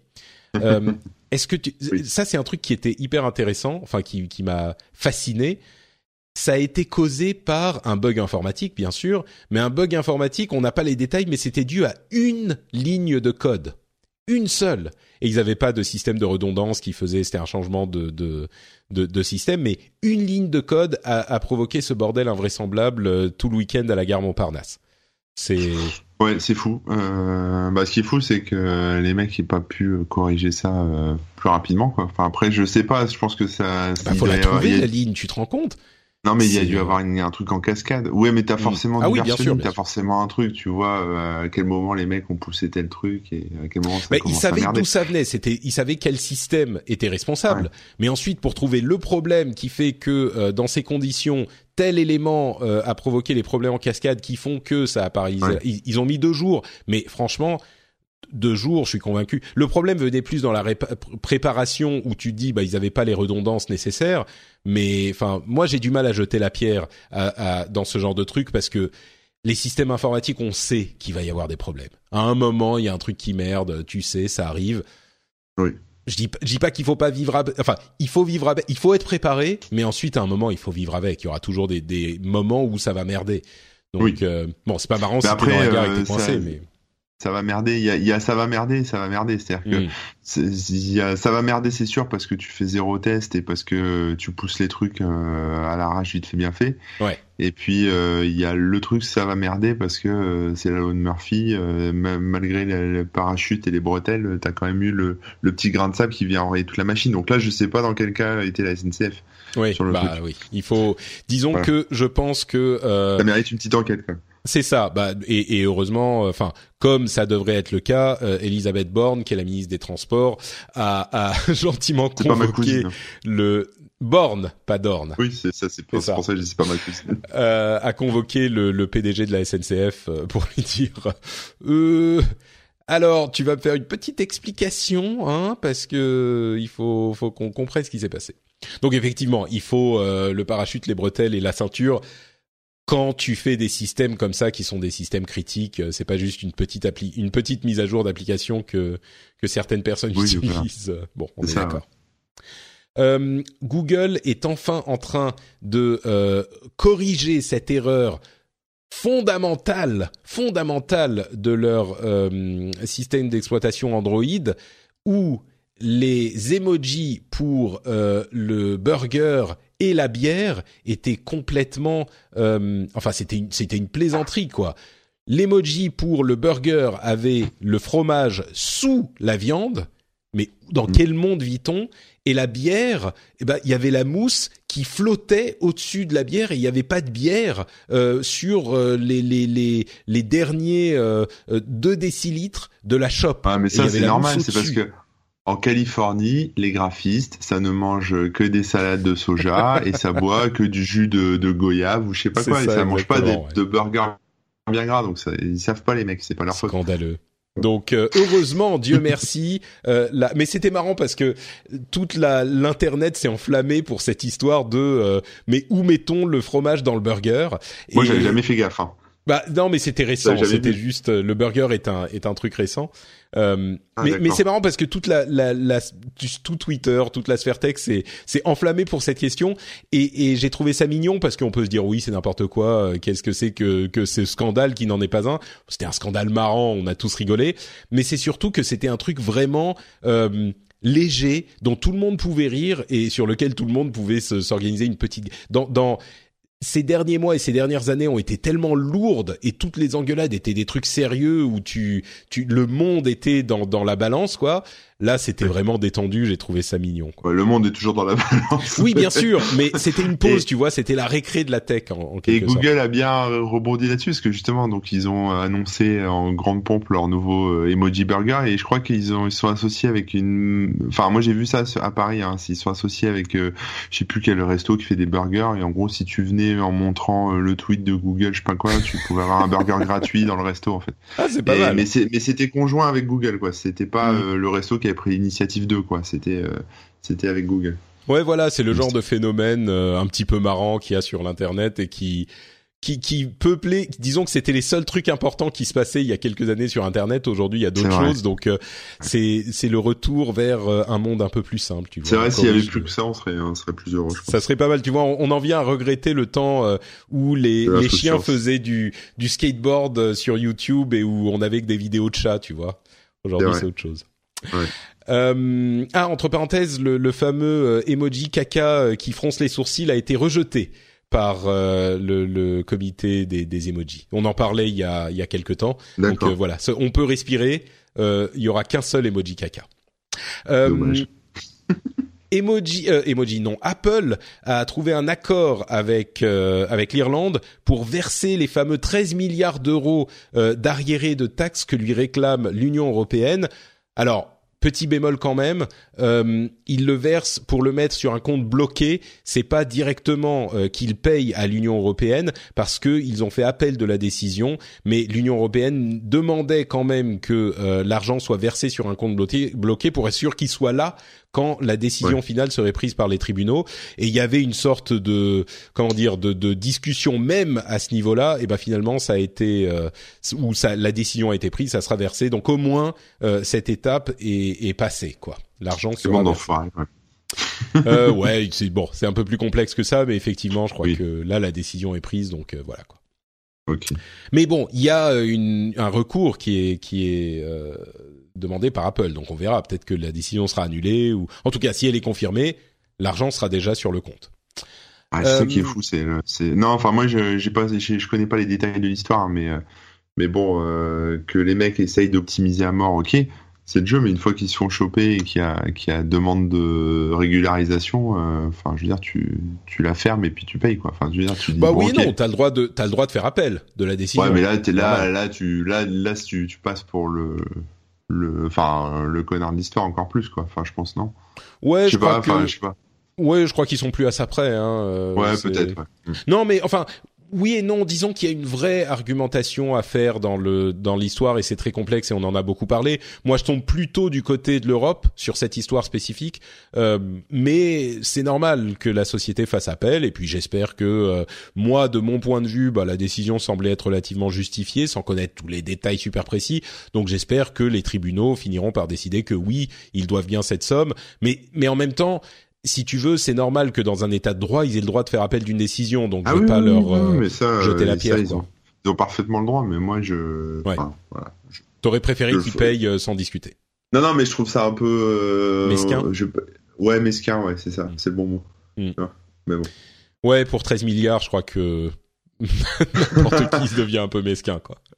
S2: Est-ce que ça, c'est un truc qui était hyper intéressant, enfin qui m'a fasciné. Ça a été causé par un bug informatique, bien sûr, mais un bug informatique, on n'a pas les détails, mais c'était dû à une ligne de code. Une seule. Et ils n'avaient pas de système de redondance qui faisait, c'était un changement de système, mais une ligne de code a provoqué ce bordel invraisemblable tout le week-end à la gare Montparnasse.
S4: Ouais, c'est fou. Ce qui est fou, c'est que les mecs n'aient pas pu corriger ça plus rapidement, quoi. Enfin, après, je sais pas, je pense que ça...
S2: faut la trouver, la ligne, tu te rends compte ?
S4: Non, mais il y a dû avoir un truc en cascade. Ouais, mais t'as forcément du versioning, t'as forcément un truc, tu vois, à quel moment les mecs ont poussé tel truc et à quel moment ça commence
S2: ils savaient d'où ça venait, ils savaient quel système était responsable. Ouais. Mais ensuite, pour trouver le problème qui fait que, dans ces conditions, tel élément a provoqué les problèmes en cascade qui font que ça a paralysé. Ouais. Ils ont mis 2 jours. Mais franchement, 2 jours, je suis convaincu. Le problème venait plus dans la préparation où tu te dis, ils avaient pas les redondances nécessaires. Mais enfin, moi j'ai du mal à jeter la pierre dans ce genre de truc parce que les systèmes informatiques, on sait qu'il va y avoir des problèmes. À un moment, il y a un truc qui merde, tu sais, ça arrive.
S4: Oui.
S2: Je dis pas qu'il faut pas vivre avec, enfin, il faut vivre avec, il faut être préparé, mais ensuite à un moment, il faut vivre avec. Il y aura toujours des moments où ça va merder. Donc
S4: oui.
S2: C'est pas marrant si t'es dans la gare et que t'es coincé, mais
S4: ça va merder, il y a ça va merder, c'est-à-dire que ça va merder, c'est sûr, parce que tu fais 0 test et parce que tu pousses les trucs à l'arrache vite fait bien fait.
S2: Ouais.
S4: Et puis il y a le truc, ça va merder parce que c'est la loi de Murphy, malgré le parachute et les bretelles, t'as quand même eu le petit grain de sable qui vient enrayer toute la machine. Donc là, je sais pas dans quel cas était la SNCF.
S2: Oui, sur le truc. Oui. Il faut, disons que je pense que
S4: ça mérite une petite enquête, quoi.
S2: C'est ça, et heureusement, enfin, comme ça devrait être le cas, Elisabeth Borne, qui est la ministre des Transports, a gentiment convoqué le Borne, pas Dorn.
S4: Oui, c'est pour ça que je dis c'est pas ma cousine.
S2: A convoqué le PDG de la SNCF pour lui dire alors, tu vas me faire une petite explication, hein, parce que il faut qu'on comprenne ce qui s'est passé. Donc effectivement, il faut le parachute, les bretelles et la ceinture. Quand tu fais des systèmes comme ça qui sont des systèmes critiques, c'est pas juste une petite mise à jour d'application que certaines personnes utilisent. Bon, on est d'accord. Google est enfin en train de corriger cette erreur fondamentale de leur système d'exploitation Android où les emojis pour le burger et la bière étaient complètement c'était une plaisanterie, quoi. L'emoji pour le burger avait le fromage sous la viande, Mais dans quel monde vit-on? Et la bière, il y avait la mousse qui flottait au-dessus de la bière et il y avait pas de bière sur les derniers 2 décilitres de la shop.
S4: Ah, mais ça c'est normal, c'est parce que en Californie, les graphistes, ça ne mange que des salades de soja et ça boit que du jus de goyave ou je sais pas quoi, et ça mange pas de burgers bien gras, donc ça, ils savent pas les mecs, c'est pas leur faute.
S2: Scandaleux. Donc heureusement, Dieu merci. Mais c'était marrant parce que toute l'internet s'est enflammé pour cette histoire de mais où mettons le fromage dans le burger.
S4: Moi, j'avais jamais fait gaffe.
S2: Non, mais c'était récent. C'était juste le burger est un truc récent. Mais c'est marrant parce que tout Twitter, toute la sphère tech s'est enflammé pour cette question et j'ai trouvé ça mignon parce qu'on peut se dire oui c'est n'importe quoi, qu'est-ce que c'est que ce scandale qui n'en est pas un. C'était un scandale marrant, on a tous rigolé, mais c'est surtout que c'était un truc vraiment léger dont tout le monde pouvait rire et sur lequel tout le monde pouvait s'organiser une petite dans ces derniers mois et ces dernières années ont été tellement lourdes et toutes les engueulades étaient des trucs sérieux où le monde était dans la balance, quoi. Là, c'était vraiment détendu, j'ai trouvé ça mignon, quoi.
S4: Ouais, le monde est toujours dans la balance.
S2: Oui, bien sûr, mais c'était une pause, tu vois, c'était la récré de la tech en quelque sorte.
S4: Et Google a bien rebondi là-dessus parce que justement, donc ils ont annoncé en grande pompe leur nouveau Emoji Burger et je crois ils sont associés avec enfin moi j'ai vu ça à Paris, ils sont associés avec je sais plus quel resto qui fait des burgers et en gros si tu venais en montrant le tweet de Google, je sais pas quoi, tu pouvais avoir un burger gratuit dans le resto en fait.
S2: Ah, c'est pas mal.
S4: Mais c'était conjoint avec Google, quoi. C'était pas le resto qui avait pris l'initiative d'eux, quoi. C'était avec Google.
S2: Ouais, voilà, c'est le genre de phénomène un petit peu marrant qu'il y a sur l'internet et qui peuplait, disons que c'était les seuls trucs importants qui se passaient il y a quelques années sur internet. Aujourd'hui, il y a d'autres choses, donc c'est le retour vers un monde un peu plus simple, tu vois.
S4: C'est vrai, s'il y avait plus que ça, on serait plus heureux, je pense.
S2: Ça serait pas mal, tu vois, on en vient à regretter le temps où les chiens faisaient du skateboard sur YouTube et où on avait que des vidéos de chats, tu vois. Aujourd'hui, c'est autre chose. Ouais. Entre parenthèses, le fameux emoji caca qui fronce les sourcils a été rejeté par le comité des emojis. On en parlait il y a quelque temps. D'accord. Donc voilà, on peut respirer. Il y aura qu'un seul emoji caca.
S4: Dommage.
S2: Emoji non. Apple a trouvé un accord avec l'Irlande pour verser les fameux 13 milliards d'euros d'arriérés de taxes que lui réclame l'Union européenne. Alors, petit bémol quand même, il le verse pour le mettre sur un compte bloqué. C'est pas directement qu'il paye à l'Union européenne parce que ils ont fait appel de la décision. Mais l'Union européenne demandait quand même que l'argent soit versé sur un compte bloqué pour être sûr qu'il soit là quand la décision finale serait prise par les tribunaux. Et il y avait une sorte de de discussion même à ce niveau-là. Et ben finalement ça a été la décision a été prise, ça sera versé. Donc au moins cette étape est passée, quoi. L'argent sera versé. C'est un peu plus complexe que ça, mais effectivement, je crois que là la décision est prise, donc voilà, quoi.
S4: Okay.
S2: Mais bon, il y a un recours qui est demandé par Apple, donc on verra, peut-être que la décision sera annulée ou en tout cas si elle est confirmée, l'argent sera déjà sur le compte.
S4: C'est ça qui est fou, non, enfin moi je connais pas les détails de l'histoire, mais bon, que les mecs essayent d'optimiser à mort, ok, c'est le jeu, mais une fois qu'ils se font choper et qu'il y a demande de régularisation, enfin je veux dire tu la fermes et puis tu payes, quoi. Enfin je veux dire tu dis
S2: oui et non, t'as le droit de faire appel de la décision.
S4: Ouais, mais là tu passes pour le connard de l'histoire encore plus, quoi. Enfin je pense, non.
S2: Ouais, je crois
S4: pas.
S2: Ouais, je crois qu'ils sont plus à ça près, hein.
S4: Peut-être. Ouais.
S2: Non, mais enfin, oui et non. Disons qu'il y a une vraie argumentation à faire dans l'histoire et c'est très complexe et on en a beaucoup parlé. Moi, je tombe plutôt du côté de l'Europe sur cette histoire spécifique, mais c'est normal que la société fasse appel. Et puis, j'espère que moi, de mon point de vue, la décision semblait être relativement justifiée, sans connaître tous les détails super précis. Donc, j'espère que les tribunaux finiront par décider que oui, ils doivent bien cette somme. Mais en même temps, si tu veux, c'est normal que dans un état de droit, ils aient le droit de faire appel d'une décision. Donc, je vais pas leur jeter la pierre.
S4: Ils ont parfaitement le droit, mais moi, voilà.
S2: T'aurais préféré qu'ils payent sans discuter.
S4: Non, mais je trouve ça un peu...
S2: mesquin.
S4: Mesquin, c'est ça. C'est le bon mot. Mais bon.
S2: Ouais, pour 13 milliards, je crois que n'importe qui se devient un peu mesquin, quoi.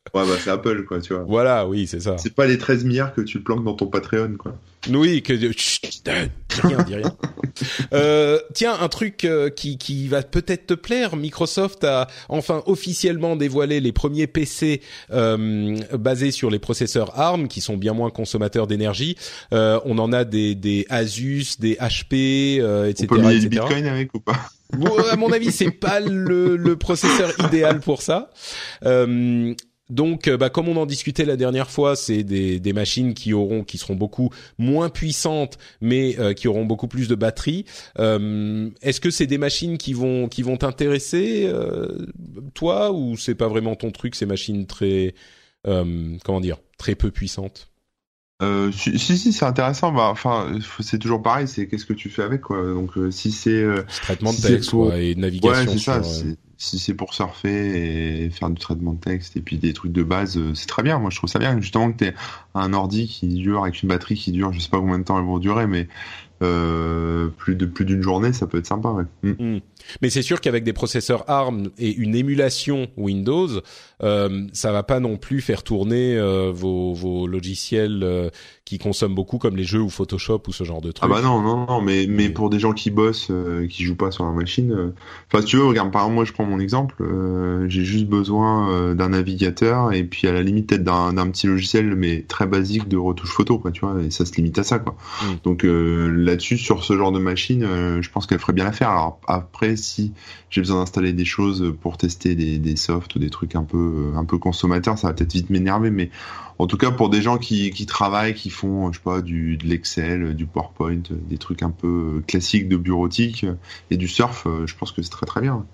S4: Ouais, bah c'est Apple, quoi, tu vois.
S2: Voilà, oui, c'est ça.
S4: C'est pas les 13 milliards que tu planques dans ton Patreon, quoi.
S2: Oui, chut, dis rien. Tiens, un truc qui va peut-être te plaire. Microsoft a enfin officiellement dévoilé les premiers PC basés sur les processeurs ARM, qui sont bien moins consommateurs d'énergie. On en a des Asus, des HP, etc.
S4: On peut miner du Bitcoin avec ou pas?
S2: Bon, à mon avis, c'est pas le processeur idéal pour ça. Donc, comme on en discutait la dernière fois, c'est des machines qui seront beaucoup moins puissantes, mais qui auront beaucoup plus de batterie. Est-ce que c'est des machines qui vont t'intéresser, toi, ou c'est pas vraiment ton truc, ces machines très, très peu puissantes?
S4: Si, c'est intéressant. Bah, enfin, c'est toujours pareil. C'est qu'est-ce que tu fais avec, quoi. Donc, si c'est
S2: traitement de texte, quoi, et navigation.
S4: Ouais, c'est ça. Si c'est pour surfer et faire du traitement de texte et puis des trucs de base, c'est très bien. Moi, je trouve ça bien. Justement, que t'aies un ordi qui dure avec une batterie qui dure, je sais pas combien de temps elle va durer, mais plus d'une journée, ça peut être sympa. Ouais.
S2: Mais c'est sûr qu'avec des processeurs ARM et une émulation Windows, ça va pas non plus faire tourner vos logiciels qui consomment beaucoup, comme les jeux ou Photoshop ou ce genre de trucs.
S4: Ah bah non, mais pour des gens qui bossent, qui jouent pas sur la machine, enfin si tu veux, regarde, par exemple, moi je prends mon exemple, j'ai juste besoin d'un navigateur et puis à la limite peut-être d'un petit logiciel mais très basique de retouche photo, quoi, tu vois, et ça se limite à ça, quoi. Donc là-dessus, sur ce genre de machine, je pense qu'elle ferait bien l'affaire. Alors après, si j'ai besoin d'installer des choses pour tester des softs ou des trucs un peu consommateurs, ça va peut-être vite m'énerver, mais en tout cas pour des gens qui travaillent, qui font, je sais pas, de l'Excel, du PowerPoint, des trucs un peu classiques de bureautique et du surf, je pense que c'est très très bien.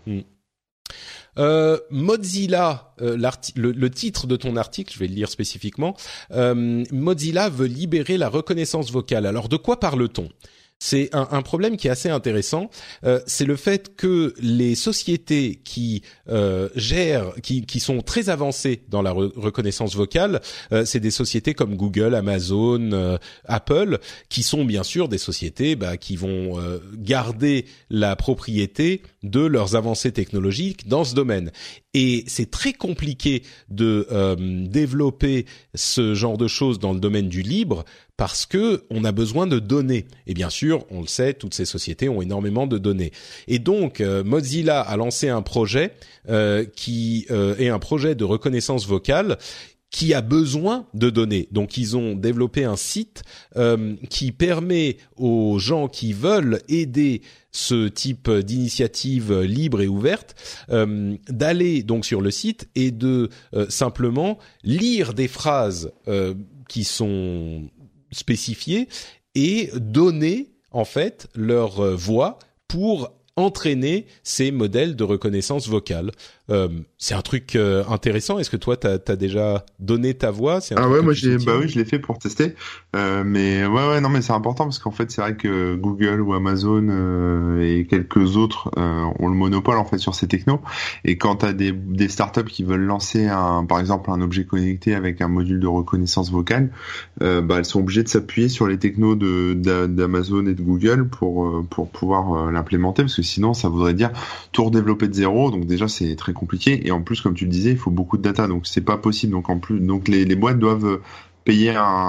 S2: Mozilla, le titre de ton article, je vais le lire spécifiquement. Mozilla veut libérer la reconnaissance vocale. Alors de quoi parle-t-on ? C'est un problème qui est assez intéressant. C'est le fait que les sociétés qui gèrent, qui sont très avancées dans la reconnaissance vocale, c'est des sociétés comme Google, Amazon, Apple, qui sont bien sûr des sociétés qui vont garder la propriété de leurs avancées technologiques dans ce domaine. Et c'est très compliqué de développer ce genre de choses dans le domaine du libre, parce que on a besoin de données. Et bien sûr, on le sait, toutes ces sociétés ont énormément de données. Et donc, Mozilla a lancé un projet qui est un projet de reconnaissance vocale qui a besoin de données. Donc, ils ont développé un site qui permet aux gens qui veulent aider ce type d'initiative libre et ouverte d'aller donc sur le site et de simplement lire des phrases qui sont spécifiées et donner en fait leur voix pour entraîner ces modèles de reconnaissance vocale. C'est un truc intéressant. Est-ce que toi t'as déjà donné ta voix?
S4: Moi je l'ai fait pour tester. Mais non, mais c'est important parce qu'en fait c'est vrai que Google ou Amazon et quelques autres ont le monopole en fait sur ces technos. Et quand t'as des startups qui veulent lancer par exemple un objet connecté avec un module de reconnaissance vocale, elles sont obligées de s'appuyer sur les technos d'Amazon et de Google pour pouvoir l'implémenter, parce que sinon ça voudrait dire tout redévelopper de zéro. Donc déjà c'est très compliqué, et en plus comme tu le disais, il faut beaucoup de data, donc c'est pas possible. Donc les boîtes doivent payer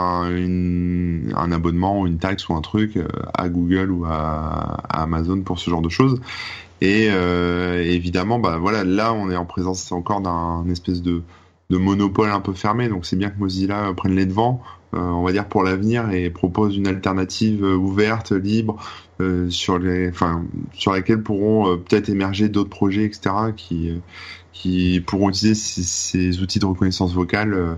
S4: un abonnement ou une taxe ou un truc à Google ou à Amazon pour ce genre de choses. Et évidemment, là on est en présence encore d'un espèce de monopole un peu fermé. Donc c'est bien que Mozilla prenne les devants, on va dire, pour l'avenir, et propose une alternative ouverte, libre, sur laquelle pourront peut-être émerger d'autres projets, etc., qui pourront utiliser ces outils de reconnaissance vocale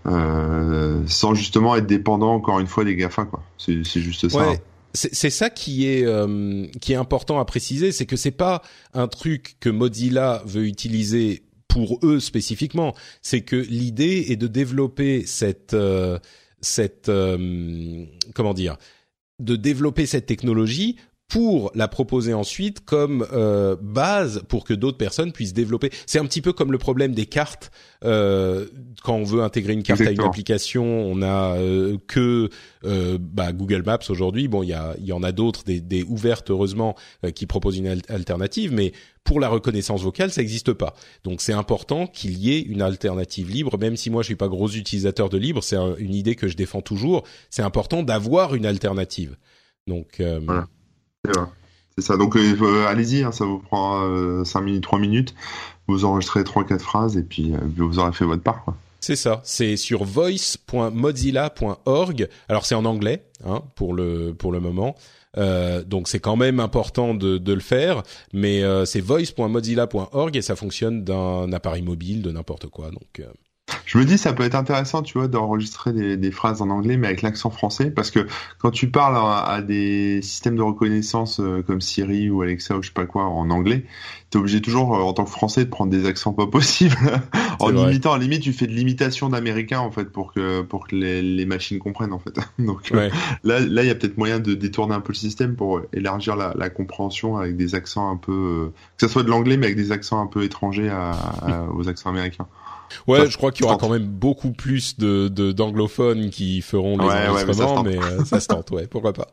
S4: sans justement être dépendants encore une fois des GAFA, quoi. C'est juste ça.
S2: Ouais. C'est ça qui est important à préciser, c'est que c'est pas un truc que Mozilla veut utiliser pour eux spécifiquement. C'est que l'idée est de développer de développer cette technologie pour la proposer ensuite comme base pour que d'autres personnes puissent développer. C'est un petit peu comme le problème des cartes. Quand on veut intégrer une carte
S4: Exactement.
S2: à une application, on a que Google Maps aujourd'hui. Bon, il y en a d'autres, des ouvertes heureusement, qui proposent une alternative, mais pour la reconnaissance vocale, ça n'existe pas. Donc c'est important qu'il y ait une alternative libre, même si moi je suis pas gros utilisateur de libre, c'est une idée que je défends toujours. C'est important d'avoir une alternative. Donc
S4: voilà. C'est ça. Donc allez-y, hein, ça vous prend 5 minutes, 3 minutes. Vous enregistrez 3-4 phrases et puis vous aurez fait votre part, quoi.
S2: C'est ça. C'est sur voice.mozilla.org. Alors c'est en anglais, hein, pour le moment. Donc c'est quand même important de le faire, mais c'est voice.mozilla.org et ça fonctionne d'un appareil mobile, de n'importe quoi. Donc
S4: je me dis, ça peut être intéressant, tu vois, d'enregistrer des phrases en anglais, mais avec l'accent français, parce que quand tu parles à des systèmes de reconnaissance comme Siri ou Alexa ou je sais pas quoi en anglais, t'es obligé toujours, en tant que Français, de prendre des accents pas possibles. En imitant, à la limite, tu fais de l'imitation d'américain, en fait, pour que les machines comprennent, en fait. Donc là, il y a peut-être moyen de détourner un peu le système pour élargir la compréhension avec des accents un peu, que ça soit de l'anglais, mais avec des accents un peu étrangers aux accents américains.
S2: Ouais, je crois qu'il y aura quand même beaucoup plus d'anglophones qui feront les enregistrements, mais ça se tente, pourquoi pas.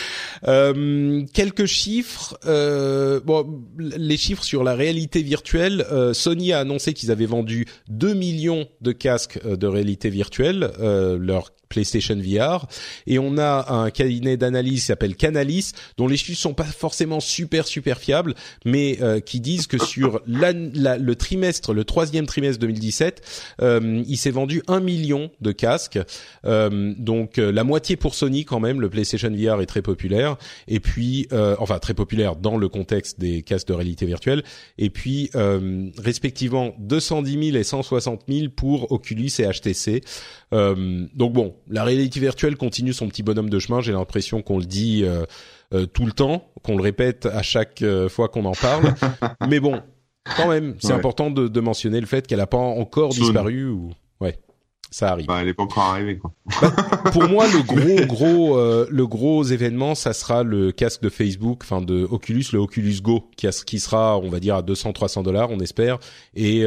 S2: Quelques chiffres. Les chiffres sur la réalité virtuelle. Sony a annoncé qu'ils avaient vendu 2 millions de casques de réalité virtuelle, leur PlayStation VR, et on a un cabinet d'analyse qui s'appelle Canalys, dont les chiffres sont pas forcément super fiables, mais qui disent que sur le troisième trimestre 2017, il s'est vendu 1 million de casques, donc la moitié pour Sony quand même. Le PlayStation VR est très populaire, et puis très populaire dans le contexte des casques de réalité virtuelle, et puis respectivement 210 000 et 160 000 pour Oculus et HTC. Donc bon, la réalité virtuelle continue son petit bonhomme de chemin. J'ai l'impression qu'on le dit tout le temps, qu'on le répète à chaque fois qu'on en parle. Mais bon, quand même, c'est important de mentionner le fait qu'elle a pas encore disparu. Ça arrive.
S4: Elle est pas encore arrivée, quoi.
S2: Pour moi, le gros événement, ça sera le casque de Facebook, enfin de Oculus, le Oculus Go, qui sera, on va dire, à $200-300, on espère, et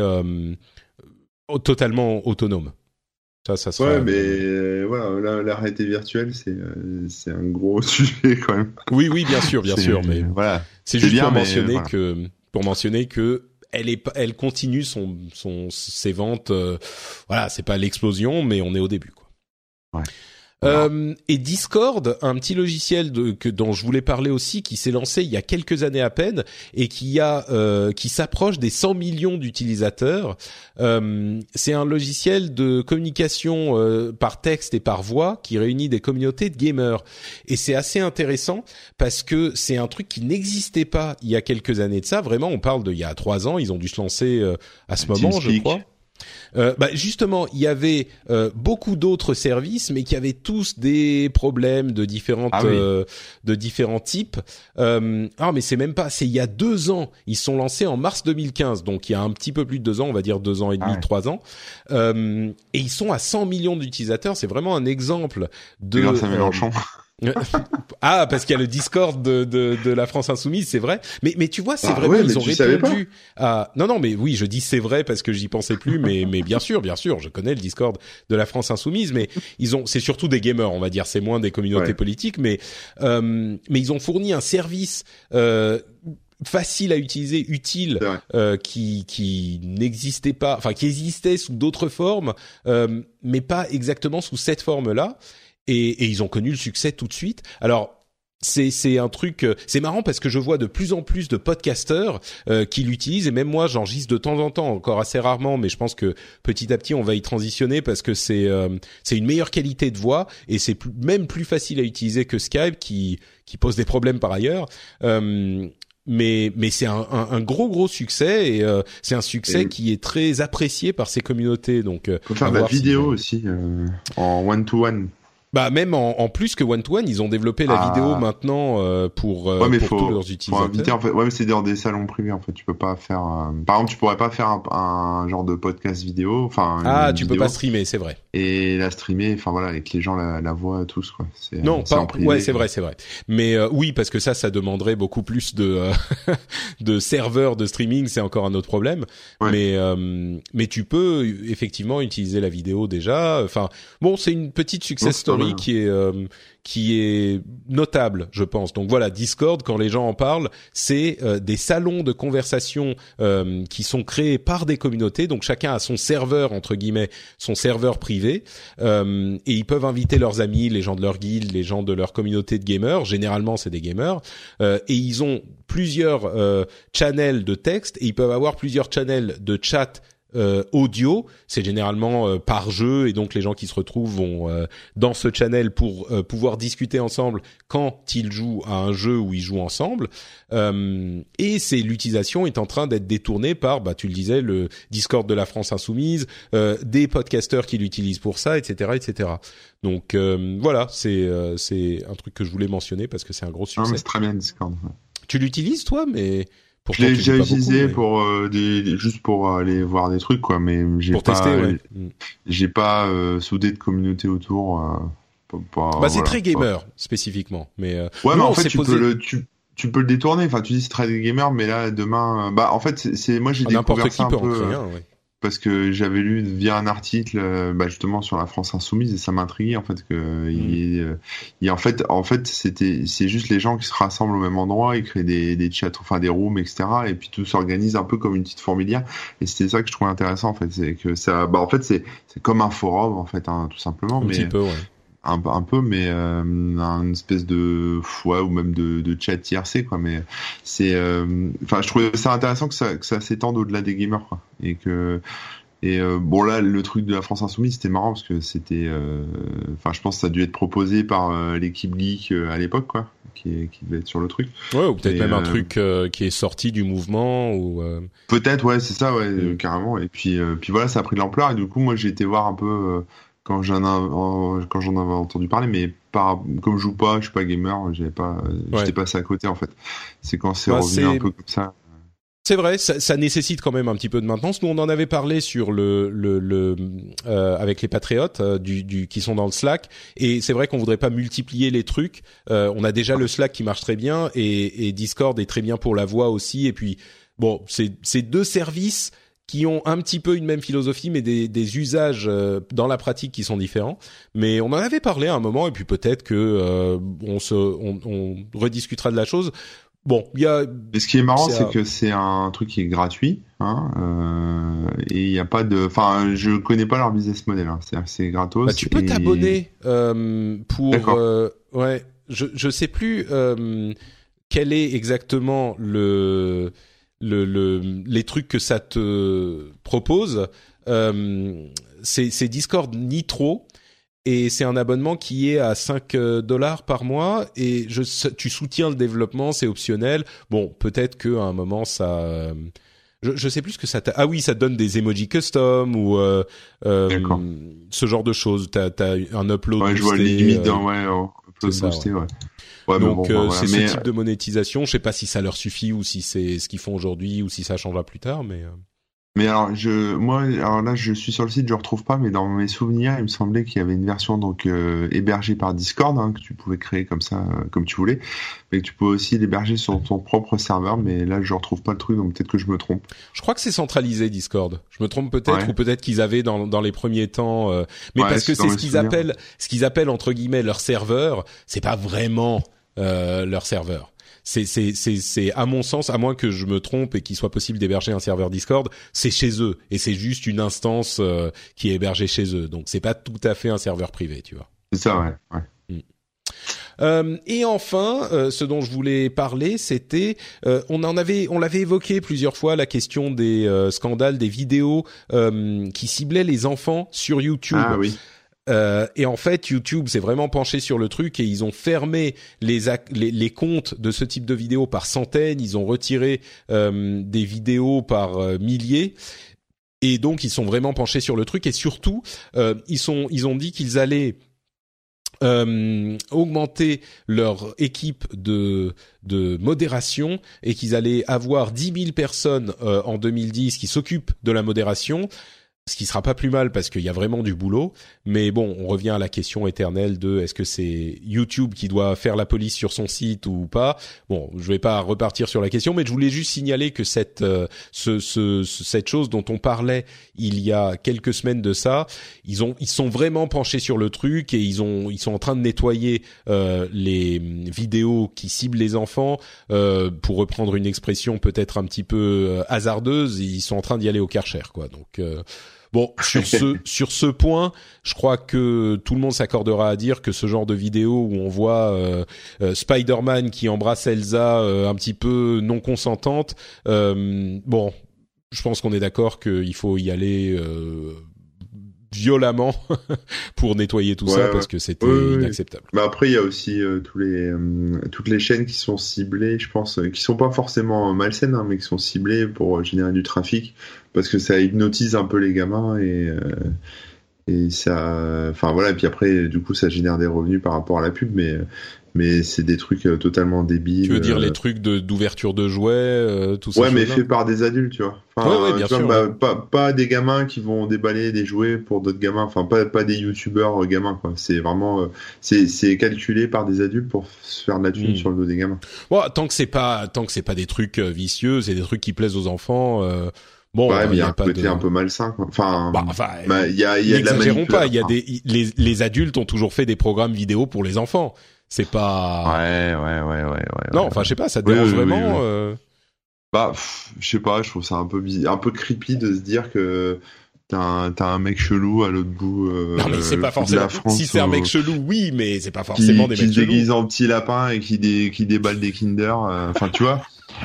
S2: totalement autonome. Ça sera.
S4: Ouais, mais la réalité virtuelle, c'est un gros sujet quand même.
S2: Oui, bien sûr, mais
S4: voilà.
S2: C'est juste pour mentionner que elle continue ses ventes. C'est pas l'explosion, mais on est au début, quoi. Ouais. Et Discord, un petit logiciel dont je voulais parler aussi, qui s'est lancé il y a quelques années à peine et qui s'approche des 100 millions d'utilisateurs. C'est un logiciel de communication par texte et par voix qui réunit des communautés de gamers. Et c'est assez intéressant parce que c'est un truc qui n'existait pas il y a quelques années de ça. Vraiment, on parle il y a 3 ans. Ils ont dû se lancer à ce moment, je crois. Justement, il y avait beaucoup d'autres services, mais qui avaient tous des problèmes de différents types. Mais c'est même pas. C'est il y a 2 ans. Ils sont lancés en mars 2015, donc il y a un petit peu plus de 2 ans, on va dire 2 ans et demi, 3 ans. Et ils sont à 100 millions d'utilisateurs. C'est vraiment un exemple de.
S4: Grâce à Mélenchon.
S2: Parce qu'il y a le Discord de la France Insoumise, c'est vrai. Mais tu vois, c'est vraiment, ils ont répondu à... Non, mais oui, je dis c'est vrai parce que j'y pensais plus, mais bien sûr, je connais le Discord de la France Insoumise, mais c'est surtout des gamers, on va dire, c'est moins des communautés politiques, mais ils ont fourni un service, facile à utiliser, utile, qui n'existait pas, enfin, qui existait sous d'autres formes, mais pas exactement sous cette forme-là. Et ils ont connu le succès tout de suite. Alors c'est un truc, c'est marrant parce que je vois de plus en plus de podcasteurs qui l'utilisent, et même moi j'enregistre de temps en temps, encore assez rarement, mais je pense que petit à petit on va y transitionner parce que c'est une meilleure qualité de voix et c'est même plus facile à utiliser que Skype qui pose des problèmes par ailleurs. Mais c'est un gros succès, et c'est un succès qui est très apprécié par ces communautés. Donc
S4: faut faire de la vidéo aussi en one-to-one.
S2: Bah même en plus que One-to-One, ils ont développé la vidéo maintenant pour tous leurs utilisateurs.
S4: Faut inviter, en fait. Ouais, mais c'est dans des salons privés en fait. Tu peux pas faire. Par exemple, tu pourrais pas faire un genre de podcast vidéo. Enfin.
S2: Tu peux pas streamer, c'est vrai.
S4: Et la streamer, enfin voilà, et que les gens la voient tous quoi.
S2: Non, pas en privé. Ouais, c'est vrai. Mais oui, parce que ça demanderait beaucoup plus de de serveurs de streaming. C'est encore un autre problème. Ouais. Mais tu peux effectivement utiliser la vidéo déjà. Enfin, bon, c'est une petite success story qui est notable, je pense. Donc voilà, Discord, quand les gens en parlent, c'est des salons de conversation qui sont créés par des communautés. Donc chacun a son serveur, entre guillemets, son serveur privé, et ils peuvent inviter leurs amis, les gens de leur guilde, les gens de leur communauté de gamers. Généralement, c'est des gamers, et ils ont plusieurs channels de texte, et ils peuvent avoir plusieurs channels de chat audio. C'est généralement par jeu, et donc les gens qui se retrouvent vont dans ce channel pour pouvoir discuter ensemble quand ils jouent à un jeu où ils jouent ensemble, et l'utilisation est en train d'être détournée par, tu le disais, le Discord de la France Insoumise, des podcasteurs qui l'utilisent pour ça, etc. Donc voilà, c'est un truc que je voulais mentionner parce que c'est un gros succès.
S4: Non, mais c'est très bien Discord. Ouais.
S2: Tu l'utilises toi, mais
S4: je l'ai déjà utilisé pour juste pour aller voir des trucs quoi, mais j'ai pas soudé de communauté autour.
S2: C'est très gamer spécifiquement, mais
S4: mais en fait tu peux le détourner. Enfin, tu dis c'est très gamer, mais là demain, en fait c'est moi j'ai découvert ça un peu. Parce que j'avais lu via un article justement sur la France Insoumise et ça m'intriguait en fait que en fait c'est juste les gens qui se rassemblent au même endroit, ils créent des chats, enfin des rooms, etc. et puis tout s'organise un peu comme une petite fourmilière, et c'était ça que je trouvais intéressant en fait, c'est que ça en fait c'est comme un forum en fait, tout simplement,
S2: petit peu, ouais.
S4: Un peu, mais une espèce de ou même de chat IRC quoi, mais c'est je trouvais ça intéressant que ça s'étende au-delà des gamers quoi, et bon là le truc de la France Insoumise c'était marrant parce que c'était je pense que ça a dû être proposé par l'équipe geek à l'époque quoi, qui devait être sur le truc,
S2: ou peut-être même un truc qui est sorti du mouvement, ou
S4: peut-être c'est ça carrément, et puis voilà, ça a pris de l'ampleur, et du coup moi j'ai été voir un peu quand j'en avais entendu parler, mais comme je joue pas, je suis pas gamer, j'étais passé à côté en fait. C'est quand c'est revenu un peu comme ça.
S2: C'est vrai, ça nécessite quand même un petit peu de maintenance. Nous, on en avait parlé sur avec les patriotes qui sont dans le Slack, et c'est vrai qu'on voudrait pas multiplier les trucs. On a déjà le Slack qui marche très bien, et Discord est très bien pour la voix aussi. Et puis bon, c'est deux services qui ont un petit peu une même philosophie, mais des usages dans la pratique qui sont différents. Mais on en avait parlé à un moment, et puis peut-être que on rediscutera de la chose. Bon,
S4: Mais ce qui est marrant, c'est que c'est un truc qui est gratuit, et il y a pas de, je connais pas leur business model, c'est-à-dire que c'est gratos.
S2: Tu peux t'abonner pour, je sais plus quel est exactement les trucs que ça te propose. C'est Discord Nitro, et c'est un abonnement qui est à $5 par mois, et tu soutiens le développement, c'est optionnel. Bon, peut-être que à un moment ça je sais plus ce que ça ça te donne des emojis custom ou ce genre de choses. T'as un upload boosté.
S4: Je vois les limites upload boosté,
S2: donc c'est ce type de monétisation. Je sais pas si ça leur suffit ou si c'est ce qu'ils font aujourd'hui ou si ça changera plus tard,
S4: mais alors là je suis sur le site, je retrouve pas, mais dans mes souvenirs il me semblait qu'il y avait une version donc hébergée par Discord, que tu pouvais créer comme ça comme tu voulais, mais que tu pouvais aussi l'héberger sur ton propre serveur, mais là je retrouve pas le truc, donc peut-être que je me trompe.
S2: Je crois que c'est centralisé Discord. Je me trompe peut-être, ou peut-être qu'ils avaient dans les premiers temps, mais parce que c'est ce qu'ils appellent entre guillemets leur serveur, c'est pas vraiment leur serveur. C'est à mon sens, à moins que je me trompe et qu'il soit possible d'héberger un serveur Discord, c'est chez eux, et c'est juste une instance qui est hébergée chez eux. Donc c'est pas tout à fait un serveur privé, tu vois.
S4: C'est ça, ouais.
S2: Et enfin, ce dont je voulais parler, c'était on l'avait évoqué plusieurs fois, la question des scandales des vidéos qui ciblaient les enfants sur YouTube.
S4: Ah oui.
S2: Et en fait, YouTube s'est vraiment penché sur le truc, et ils ont fermé les comptes de ce type de vidéos par centaines. Ils ont retiré des vidéos par milliers. Et donc, ils sont vraiment penchés sur le truc. Et surtout, ils ont dit qu'ils allaient augmenter leur équipe de modération et qu'ils allaient avoir 10 000 personnes en 2010 qui s'occupent de la modération. Ce qui sera pas plus mal parce qu'il y a vraiment du boulot, mais bon, on revient à la question éternelle de est-ce que c'est YouTube qui doit faire la police sur son site ou pas. Bon, je vais pas repartir sur la question, mais je voulais juste signaler que cette chose dont on parlait il y a quelques semaines de ça, ils sont vraiment penchés sur le truc et ils sont en train de nettoyer les vidéos qui ciblent les enfants, pour reprendre une expression peut-être un petit peu hasardeuse, ils sont en train d'y aller au Karcher, quoi. Donc bon, sur ce point, je crois que tout le monde s'accordera à dire que ce genre de vidéo où on voit Spider-Man qui embrasse Elsa un petit peu non consentante, bon, je pense qu'on est d'accord qu'il faut y aller violemment pour nettoyer tout ça parce que c'était inacceptable.
S4: Mais après il y a aussi toutes les chaînes qui sont ciblées, je pense, qui sont pas forcément malsaines, hein, mais qui sont ciblées pour générer du trafic parce que ça hypnotise un peu les gamins et ça, enfin voilà, et puis après du coup ça génère des revenus par rapport à la pub, mais c'est des trucs totalement débiles.
S2: Tu veux dire les trucs d'ouverture de jouets, tout ça.
S4: Ouais, mais fait par des adultes, tu vois. Enfin,
S2: ouais, bien sûr.
S4: Pas des gamins qui vont déballer des jouets pour d'autres gamins. Enfin, pas des youtubeurs gamins, quoi. C'est vraiment, c'est calculé par des adultes pour se faire de la thune sur le dos des gamins.
S2: Bon, tant que c'est pas des trucs vicieux, c'est des trucs qui plaisent aux enfants. Bon,
S4: ouais, mais il y a un côté un peu malsain, quoi. Enfin, il y a de la manipulation.
S2: Pas, il y a les adultes ont toujours fait des programmes vidéo pour les enfants. C'est pas.
S4: Ouais.
S2: Non, enfin, je sais pas, ça te dérange vraiment.
S4: Bah, je sais pas, je trouve ça un peu creepy de se dire que t'as un mec chelou à l'autre bout.
S2: Non, mais c'est pas forcément. Si c'est un mec chelou, oui, mais c'est pas forcément des mecs chelous.
S4: Qui se déguise en petit lapin et qui déballe des Kinder. Enfin, tu vois.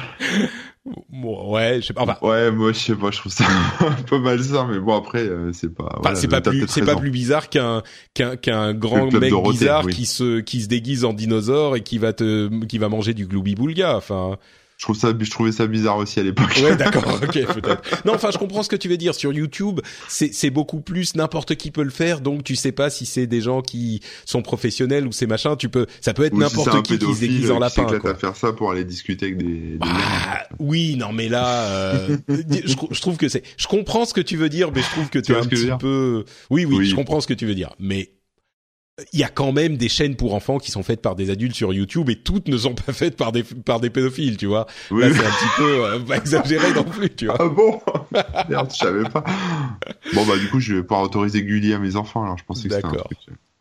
S2: Ouais, je sais pas. Enfin,
S4: ouais, moi je sais pas, je trouve ça un peu malsain, mais bon après c'est pas.
S2: Enfin, voilà, c'est pas plus bizarre qu'un grand mec bizarre qui se déguise en dinosaure et qui va manger du gloubi-boulga. Enfin.
S4: Je trouvais ça bizarre aussi à l'époque.
S2: Ouais, d'accord, ok, peut-être. Non, enfin, je comprends ce que tu veux dire. Sur YouTube, c'est beaucoup plus n'importe qui peut le faire, donc tu sais pas si c'est des gens qui sont professionnels ou c'est machin. Ça peut être n'importe qui se déguise en lapin.
S4: Tu à faire ça pour aller discuter avec des
S2: oui, non, mais là, je trouve que je comprends ce que tu veux dire, mais je trouve que tu es un petit peu. Oui, je comprends ce que tu veux dire, mais. Il y a quand même des chaînes pour enfants qui sont faites par des adultes sur YouTube et toutes ne sont pas faites par des pédophiles, tu vois. Oui. Là, c'est un petit peu pas exagéré non plus, tu vois.
S4: Ah bon? Merde, je savais pas. Bon, bah, du coup, je vais pouvoir autoriser Gulli à mes enfants, alors je pensais que c'était un truc.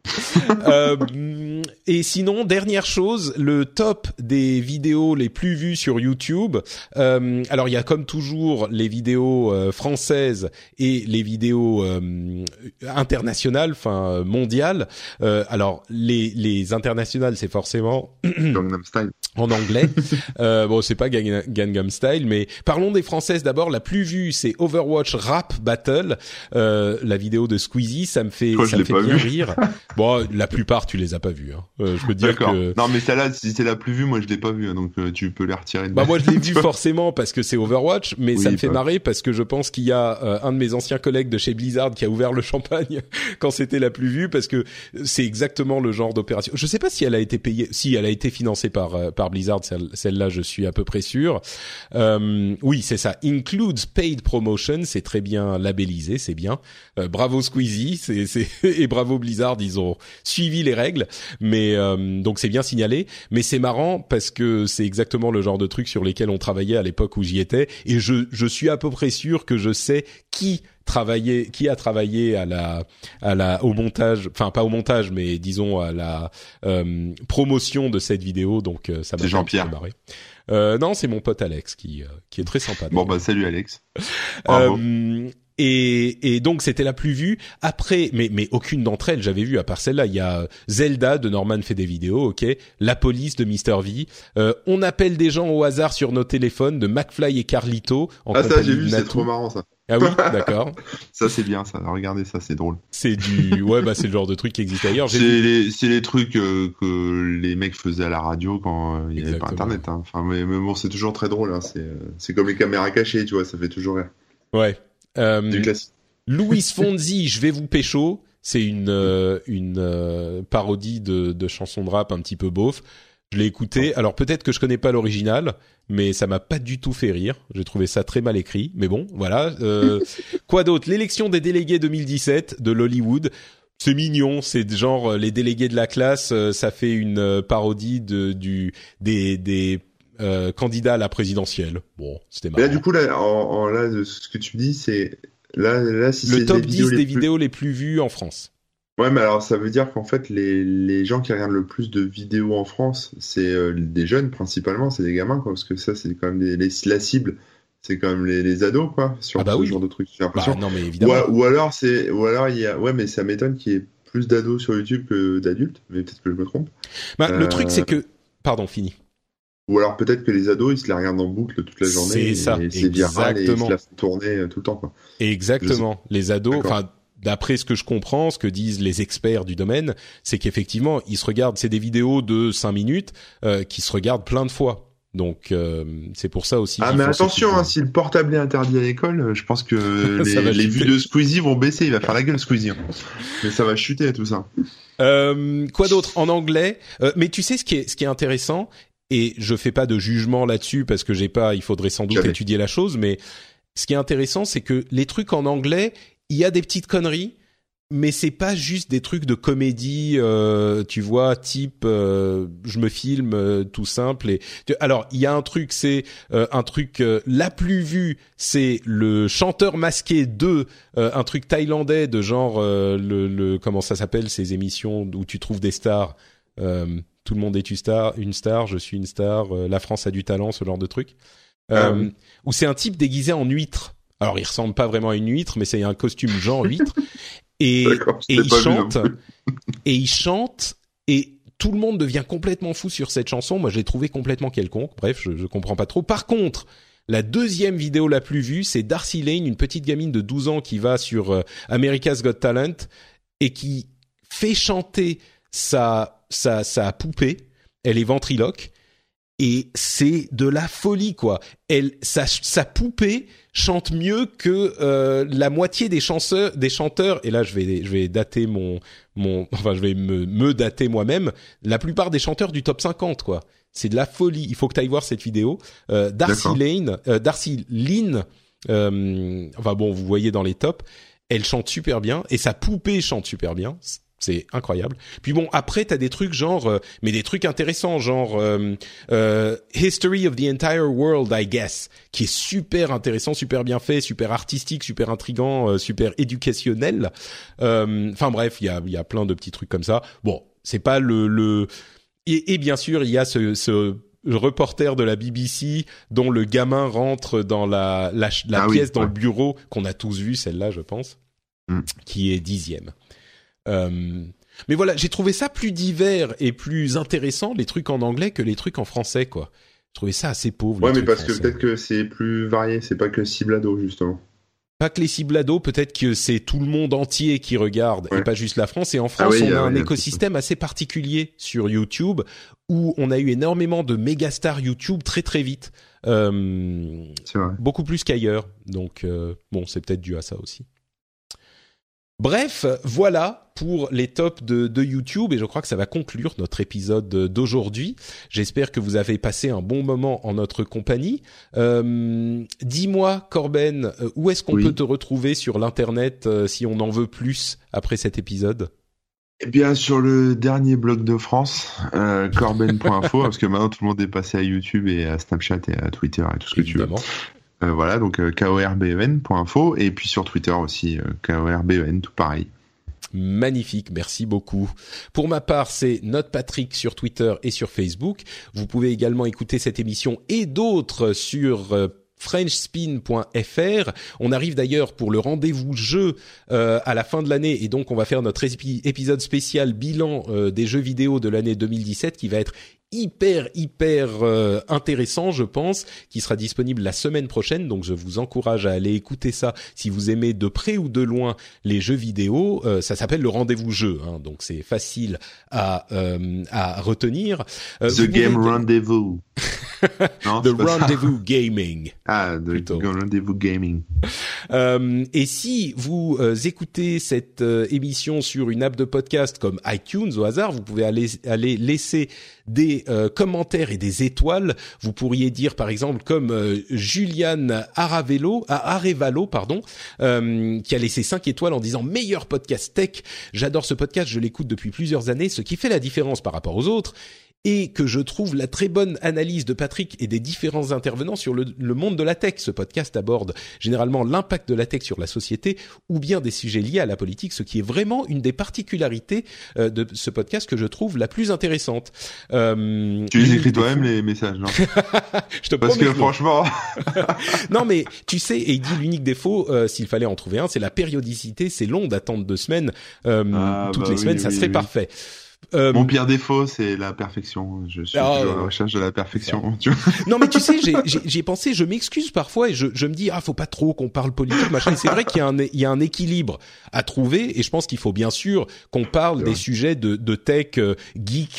S2: Et sinon, dernière chose, le top des vidéos les plus vues sur YouTube. Alors, il y a comme toujours les vidéos françaises et les vidéos internationales, enfin mondiales. Alors, les internationales, c'est forcément
S4: Gangnam Style
S2: en anglais. Bon, c'est pas Gangnam Style, mais parlons des françaises d'abord. La plus vue, c'est Overwatch Rap Battle, la vidéo de Squeezie. Ça me fait bien rire. Bon, la plupart, tu les as pas vus. Hein. Je peux te dire que.
S4: Non, mais celle-là, si c'est la plus vue, moi je l'ai pas vue, donc tu peux les retirer.
S2: Bah moi je l'ai vue forcément parce que c'est Overwatch, mais ça me fait marrer parce que je pense qu'il y a un de mes anciens collègues de chez Blizzard qui a ouvert le champagne quand c'était la plus vue parce que c'est exactement le genre d'opération. Je sais pas si elle a été payée, si elle a été financée par Blizzard, celle-là, je suis à peu près sûr. Oui, c'est ça. Includes paid promotion, c'est très bien labellisé, c'est bien. Bravo Squeezie, et bravo Blizzard, ils ont suivi les règles, mais donc c'est bien signalé. Mais c'est marrant parce que c'est exactement le genre de truc sur lesquels on travaillait à l'époque où j'y étais, et je suis à peu près sûr que je sais qui a travaillé au montage, enfin pas au montage, mais disons à la promotion de cette vidéo. Donc ça m'a
S4: fait Jean-Pierre.
S2: Non, c'est mon pote Alex qui est très sympa.
S4: Bon bah salut Alex.
S2: Et donc c'était la plus vue. Après, mais aucune d'entre elles j'avais vu à part celle-là. Il y a Zelda de Norman fait des vidéos, ok. La police de Mr V. On appelle des gens au hasard sur nos téléphones de McFly et Carlito.
S4: Ça j'ai vu, c'est trop marrant ça.
S2: Ah oui, d'accord.
S4: Ça c'est bien ça. Regardez ça, c'est drôle.
S2: C'est c'est le genre de truc qui existe ailleurs.
S4: C'est les trucs que les mecs faisaient à la radio quand il y avait pas internet. Hein. Enfin mais bon, c'est toujours très drôle. Hein. C'est comme les caméras cachées, tu vois, ça fait toujours rire.
S2: Ouais.
S4: Du classique.
S2: Louis Fonzi, je vais vous pécho. C'est une parodie de chansons de rap un petit peu beauf. Je l'ai écouté. Alors peut-être que je connais pas l'original, mais ça m'a pas du tout fait rire. J'ai trouvé ça très mal écrit. Mais bon, voilà. Quoi d'autre? L'élection des délégués 2017 de l'Hollywood. C'est mignon. C'est genre les délégués de la classe. Ça fait une parodie des candidats à la présidentielle. Bon, c'était marrant.
S4: Là, du coup, là, de ce que tu me dis, c'est là, si
S2: le
S4: c'est
S2: top 10 des vidéos les plus vues en France.
S4: Ouais, mais alors ça veut dire qu'en fait, les gens qui regardent le plus de vidéos en France, c'est des jeunes principalement, c'est des gamins, quoi, parce que ça, c'est quand même la cible, c'est quand même les ados, quoi, sur ce genre de trucs. J'ai l'impression.
S2: Non, mais évidemment.
S4: Ou alors il y a, ouais, mais ça m'étonne qu'il y ait plus d'ados sur YouTube que d'adultes, mais peut-être que je me trompe.
S2: Le truc, c'est que, pardon, fini.
S4: Ou alors peut-être que les ados, ils se les regardent en boucle toute la journée.
S2: C'est ça,
S4: et c'est viral et ils se la font tourner tout le temps, quoi.
S2: Exactement. Les ados, enfin, d'après ce que je comprends, ce que disent les experts du domaine, c'est qu'effectivement, ils se regardent, c'est des vidéos de 5 minutes qui se regardent plein de fois. Donc c'est pour ça aussi.
S4: Ah mais attention, si le portable est interdit à l'école, je pense que les vues de Squeezie vont baisser. Il va faire la gueule Squeezie, mais ça va chuter tout ça.
S2: Quoi d'autre en anglais? Mais tu sais ce qui est intéressant, et je fais pas de jugement là-dessus parce que il faudrait sans doute étudier la chose, mais ce qui est intéressant, c'est que les trucs en anglais, il y a des petites conneries, mais c'est pas juste des trucs de comédie, tu vois, type je me filme tout simple. Alors il y a un truc, c'est un truc la plus vue, c'est le chanteur masqué 2, un truc thaïlandais de genre le comment ça s'appelle ces émissions où tu trouves des stars. Tout le monde est une star, je suis une star, la France a du talent, ce genre de truc. Où c'est un type déguisé en huître. Alors il ressemble pas vraiment à une huître, mais c'est un costume genre huître. Et il chante, et tout le monde devient complètement fou sur cette chanson. Moi, je l'ai trouvé complètement quelconque. Bref, je comprends pas trop. Par contre, la deuxième vidéo la plus vue, c'est Darcy Lane, une petite gamine de 12 ans qui va sur America's Got Talent et qui fait chanter sa poupée. Elle est ventriloque. Et c'est de la folie, quoi. Sa poupée chante mieux que la moitié des chanteurs. Et là, je vais dater je vais me dater moi-même. La plupart des chanteurs du top 50, quoi. C'est de la folie. Il faut que tu ailles voir cette vidéo. Darcy Lynn. Vous voyez dans les tops. Elle chante super bien et sa poupée chante super bien. C'est incroyable. Puis bon, après t'as des trucs genre, mais des trucs intéressants, genre History of the Entire World, I guess, qui est super intéressant, super bien fait, super artistique, super intriguant, super éducationnel. Enfin bref, il y a plein de petits trucs comme ça. Bon, c'est pas et bien sûr il y a ce reporter de la BBC dont le gamin rentre dans la pièce dans le bureau qu'on a tous vu, celle-là je pense, qui est 10e. Mais voilà, j'ai trouvé ça plus divers et plus intéressant, les trucs en anglais, que les trucs en français, quoi. Je trouvais ça assez pauvre.
S4: Ouais, mais parce que peut-être que c'est plus varié, c'est pas que le cible ado, justement.
S2: Pas que les cibles ados, peut-être que c'est tout le monde entier qui regarde, et pas juste la France. Et en France, on a un écosystème assez particulier sur YouTube, où on a eu énormément de méga stars YouTube très très vite. C'est vrai. Beaucoup plus qu'ailleurs. Donc, bon, c'est peut-être dû à ça aussi. Bref, voilà pour les tops de YouTube, et je crois que ça va conclure notre épisode d'aujourd'hui. J'espère que vous avez passé un bon moment en notre compagnie. Dis-moi, Corben, où est-ce qu'on peut te retrouver sur l'internet si on en veut plus après cet épisode ?
S4: Eh bien, sur le dernier blog de France, corben.info, parce que maintenant tout le monde est passé à YouTube et à Snapchat et à Twitter et tout ce que tu veux. Voilà, donc korben.info, et puis sur Twitter aussi, korben, tout pareil.
S2: Magnifique, merci beaucoup. Pour ma part, c'est NotePatrick sur Twitter et sur Facebook. Vous pouvez également écouter cette émission et d'autres sur frenchspin.fr. On arrive d'ailleurs pour le rendez-vous jeu à la fin de l'année, et donc on va faire notre épisode spécial bilan des jeux vidéo de l'année 2017 qui va être hyper intéressant, je pense, qui sera disponible la semaine prochaine. Donc je vous encourage à aller écouter ça si vous aimez de près ou de loin les jeux vidéo. Ça s'appelle le rendez-vous jeu, hein, donc c'est facile à retenir.
S4: The Game Rendez-vous. Non,
S2: The Rendezvous Gaming.
S4: Ah, The Rendezvous Gaming.
S2: Et si vous écoutez cette émission sur une app de podcast comme iTunes au hasard, vous pouvez aller laisser des commentaires et des étoiles. Vous pourriez dire par exemple comme Julian Arevalo, qui a laissé 5 étoiles en disant meilleur podcast tech. J'adore ce podcast, je l'écoute depuis plusieurs années, ce qui fait la différence par rapport aux autres. Et que je trouve la très bonne analyse de Patrick et des différents intervenants sur le monde de la tech. Ce podcast aborde généralement l'impact de la tech sur la société ou bien des sujets liés à la politique, ce qui est vraiment une des particularités de ce podcast que je trouve la plus intéressante.
S4: Tu les écris toi-même les messages, non?
S2: Je te
S4: Parce que franchement...
S2: Non mais tu sais, et il dit l'unique défaut, s'il fallait en trouver un, c'est la périodicité. C'est long d'attendre 2 semaines. Toutes les semaines, ça serait parfait.
S4: Mon pire défaut, c'est la perfection. Je suis toujours à la recherche de la perfection. Tu vois.
S2: Non, mais tu sais, j'ai pensé, je m'excuse parfois et je me dis, faut pas trop qu'on parle politique, machin. Et c'est vrai qu'il y a un équilibre à trouver et je pense qu'il faut bien sûr qu'on parle des sujets de tech, geek,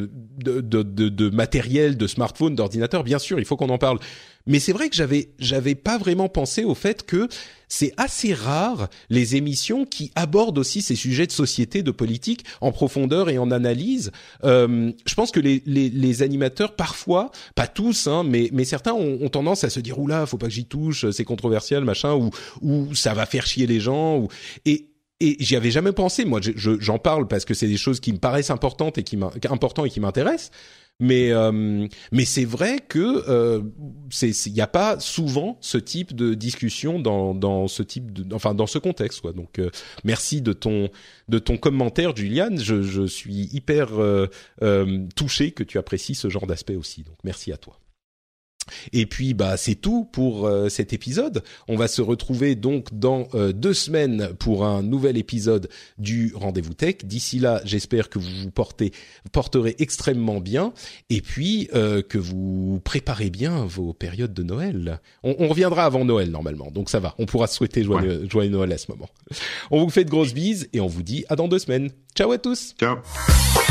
S2: de matériel, de smartphone, d'ordinateur. Bien sûr, il faut qu'on en parle. Mais c'est vrai que j'avais pas vraiment pensé au fait que c'est assez rare les émissions qui abordent aussi ces sujets de société, de politique en profondeur et en analyse. Je pense que les animateurs parfois, pas tous, mais certains ont tendance à se dire oula, faut pas que j'y touche, c'est controversial, machin, ou ça va faire chier les gens, et j'y avais jamais pensé. Moi, j'en parle parce que c'est des choses qui me paraissent importantes et qui m'intéressent. Mais c'est vrai que il y a pas souvent ce type de discussion dans ce type dans ce contexte, quoi. Donc merci de ton commentaire, Julian. Je suis hyper touché que tu apprécies ce genre d'aspect aussi. Donc merci à toi. Et puis c'est tout pour cet épisode. On va se retrouver donc dans 2 semaines pour un nouvel épisode du Rendez-vous Tech. D'ici là, j'espère que vous vous porterez extrêmement bien et puis que vous préparez bien vos périodes de Noël. On reviendra avant Noël normalement, donc ça va. On pourra se souhaiter joyeux Noël à ce moment. On vous fait de grosses bises et on vous dit à dans 2 semaines. Ciao à tous.
S4: Ciao.